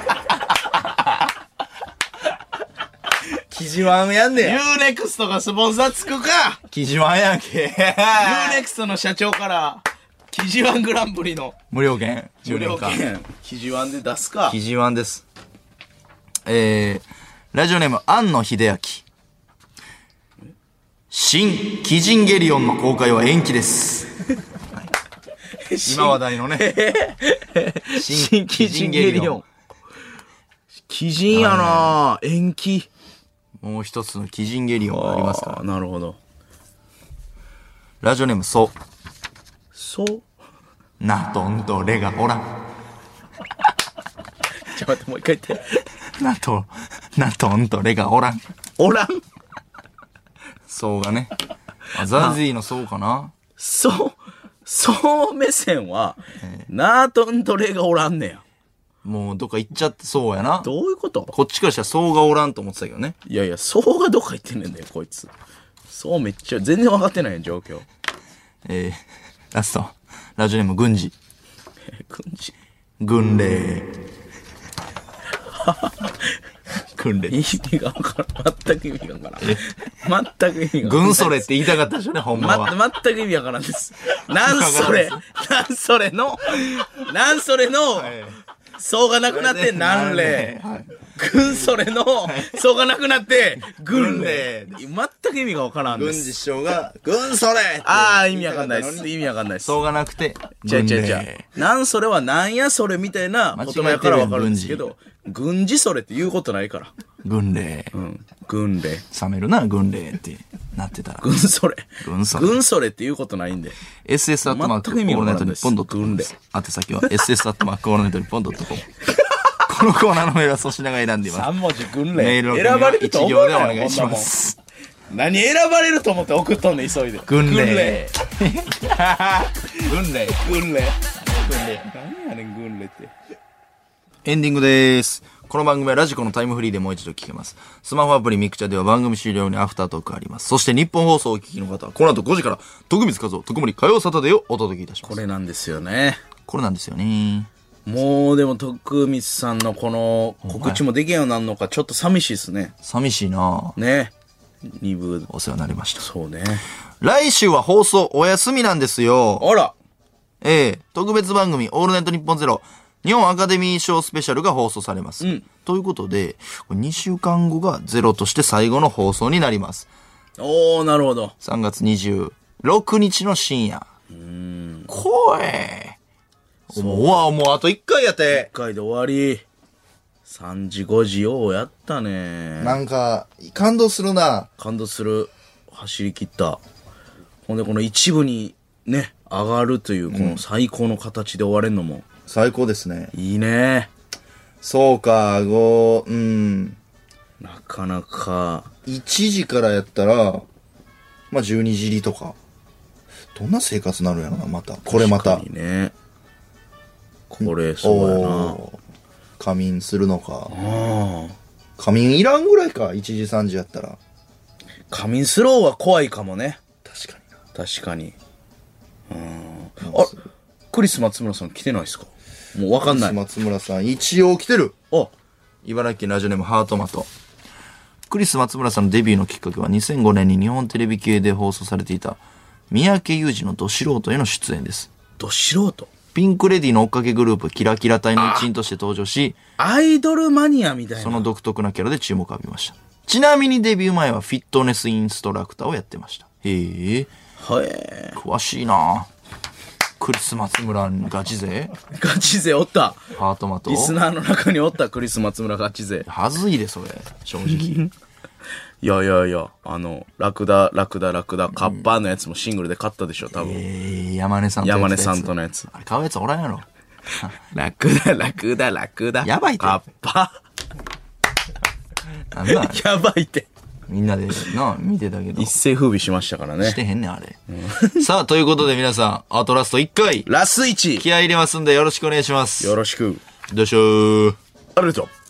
キジワンやんねや。 ユーネクストがスポンサーつくかキジワンやんけ。 ユーネクストの社長からキジワングランプリの無料券。 無料じゅうねんかん。 券キジワンで出すか。 キジワンです。えー、ラジオネーム、庵野秀明。新、キジンゲリオンの公開は延期です。今話題のね。 新キジンゲリオン。キジンやな延期。 もう一つのキジンゲリオンがありますから。 なるほど。 ラジオネーム、ソ。 そうナトンとレがおらん。 ちょ、待って、もう一回言って。 ナト、ナトンとレがおらん。 おらんそうがね。あ、ザジーのそうかな。 そう、そう目線は、ナートンとレがおらんねや。 もうどっか行っちゃってそうやな。 どういうことこっちからしたらそうがおらんと思ってたけどね。 いやいや、そうがどっか行ってんねんだよ、こいつ。そうめっちゃ、全然分かってないよ、状況。 えー、ラスト。ラジオネーム、軍事。 え、軍事。 軍令。軍令。 意味が分からん。全く意味が分からん。全く意味が分からん。 軍それって言いたかったでしょうね、ほんまは。 ま、全く意味わからんです。なんそれ、なんそれの、なんそれの、そうがなくなって、なんれ。軍それの、そうがなくなって、軍れ。全く意味がわからんです。 軍事師匠が、軍それああ、意味わかんないです。意味わかんないです。 そうがなくて、 ちゃうちゃうちゃう。なんそれはなんやそれみたいな言葉やからわかるんですけど、軍事それって言うことないから。 軍令。 うん。軍令。 冷めるな、軍令ってなってたら。 軍それ。 軍それ。 軍それって言うことないんで。 エスエス アットマーク、オールナイトニッポンドットコム。あて先は エスエス アットマーク、オールナイトニッポンドットコム。このコーナーのメールは粗品が選んでいます。 さん文字軍メー令。 ルの選ばれると思一行でおうなよ願いします。 何選ばれると思って送っとんねん、急いで。 軍令。 軍令。軍令。何やねん、軍令って。 エンディングでーす。この番組はラジコのタイムフリーでもう一度聞けます。スマホアプリミクチャでは番組終了にアフタートークあります。そして日本放送をお聞きの方は、この後ごじから、徳光和夫、徳森火曜サタデーをお届けいたします。 これなんですよね。 これなんですよね。 もうでも徳光さんのこの告知もできんようになるのかちょっと寂しいですね。 寂しいなね。 に部。 お世話になりました。 そうね。 来週は放送お休みなんですよ。 あら。 ええ特別番組、オールナイトニッポンゼロ、日本アカデミー賞スペシャルが放送されます。うん、ということで、にしゅうかんごがゼロとして最後の放送になります。 おー、なるほど。 さんがつにじゅうろくにちの深夜。うーん。怖え。もう、うわ、もうあといっかいやって。 いっかいで終わり。さんじごじようやったね。 なんか、感動するな。 感動する。走り切った。ほんで、この一部にね、上がるという、この最高の形で終われんのも。うん、 最高ですね。 いいね。 そうか、ご、うん。 なかなか。 いちじからやったら、まあ、じゅうにじ入りとか。どんな生活になるんやろな、また。これまた。 確かにね。これ、そうやな。 仮眠するのか。 ああ。 仮眠いらんぐらいか、いちじさんじやったら。 仮眠スローは怖いかもね。 確かにな。 確かに。うん。あ、クリス松村さん来てないですか？もうわかんない。 クリス松村さん、一応来てる。 あ、茨城県ラジオネームハートマト。クリス松村さんのデビューのきっかけはにせんごねんに日本テレビ系で放送されていた三宅裕司のど素人への出演です。 ど素人？ ピンクレディの追っかけグループキラキラ隊の一員として登場し、 アイドルマニアみたいな。 その独特なキャラで注目を浴びました。ちなみにデビュー前はフィットネスインストラクターをやってました。へえ。 はい。 詳しいなクリス松村ガチ勢ガチ勢おった。 ハートマト。 リスナーの中におったクリス松村ガチ勢。 はずいで、それ。正直。 いやいやいや、あの、ラクダ、ラクダ、ラクダ、カッパーのやつもシングルで買ったでしょ、多分。 えー、山根さんと山根さんとのやつ。 あれ買うやつおらんやろ。 ラクダ、ラクダ、ラクダ。 やばいって。 カッパなんだやばいって。 みんなでな、見てたけど。 一世風靡しましたからね。 してへんねん、あれ。うん、さあ、ということで皆さん、アトラストいっかい。 ラスいち。 気合い入れますんでよろしくお願いします。 よろしく。 どうしよー。 ありがとう。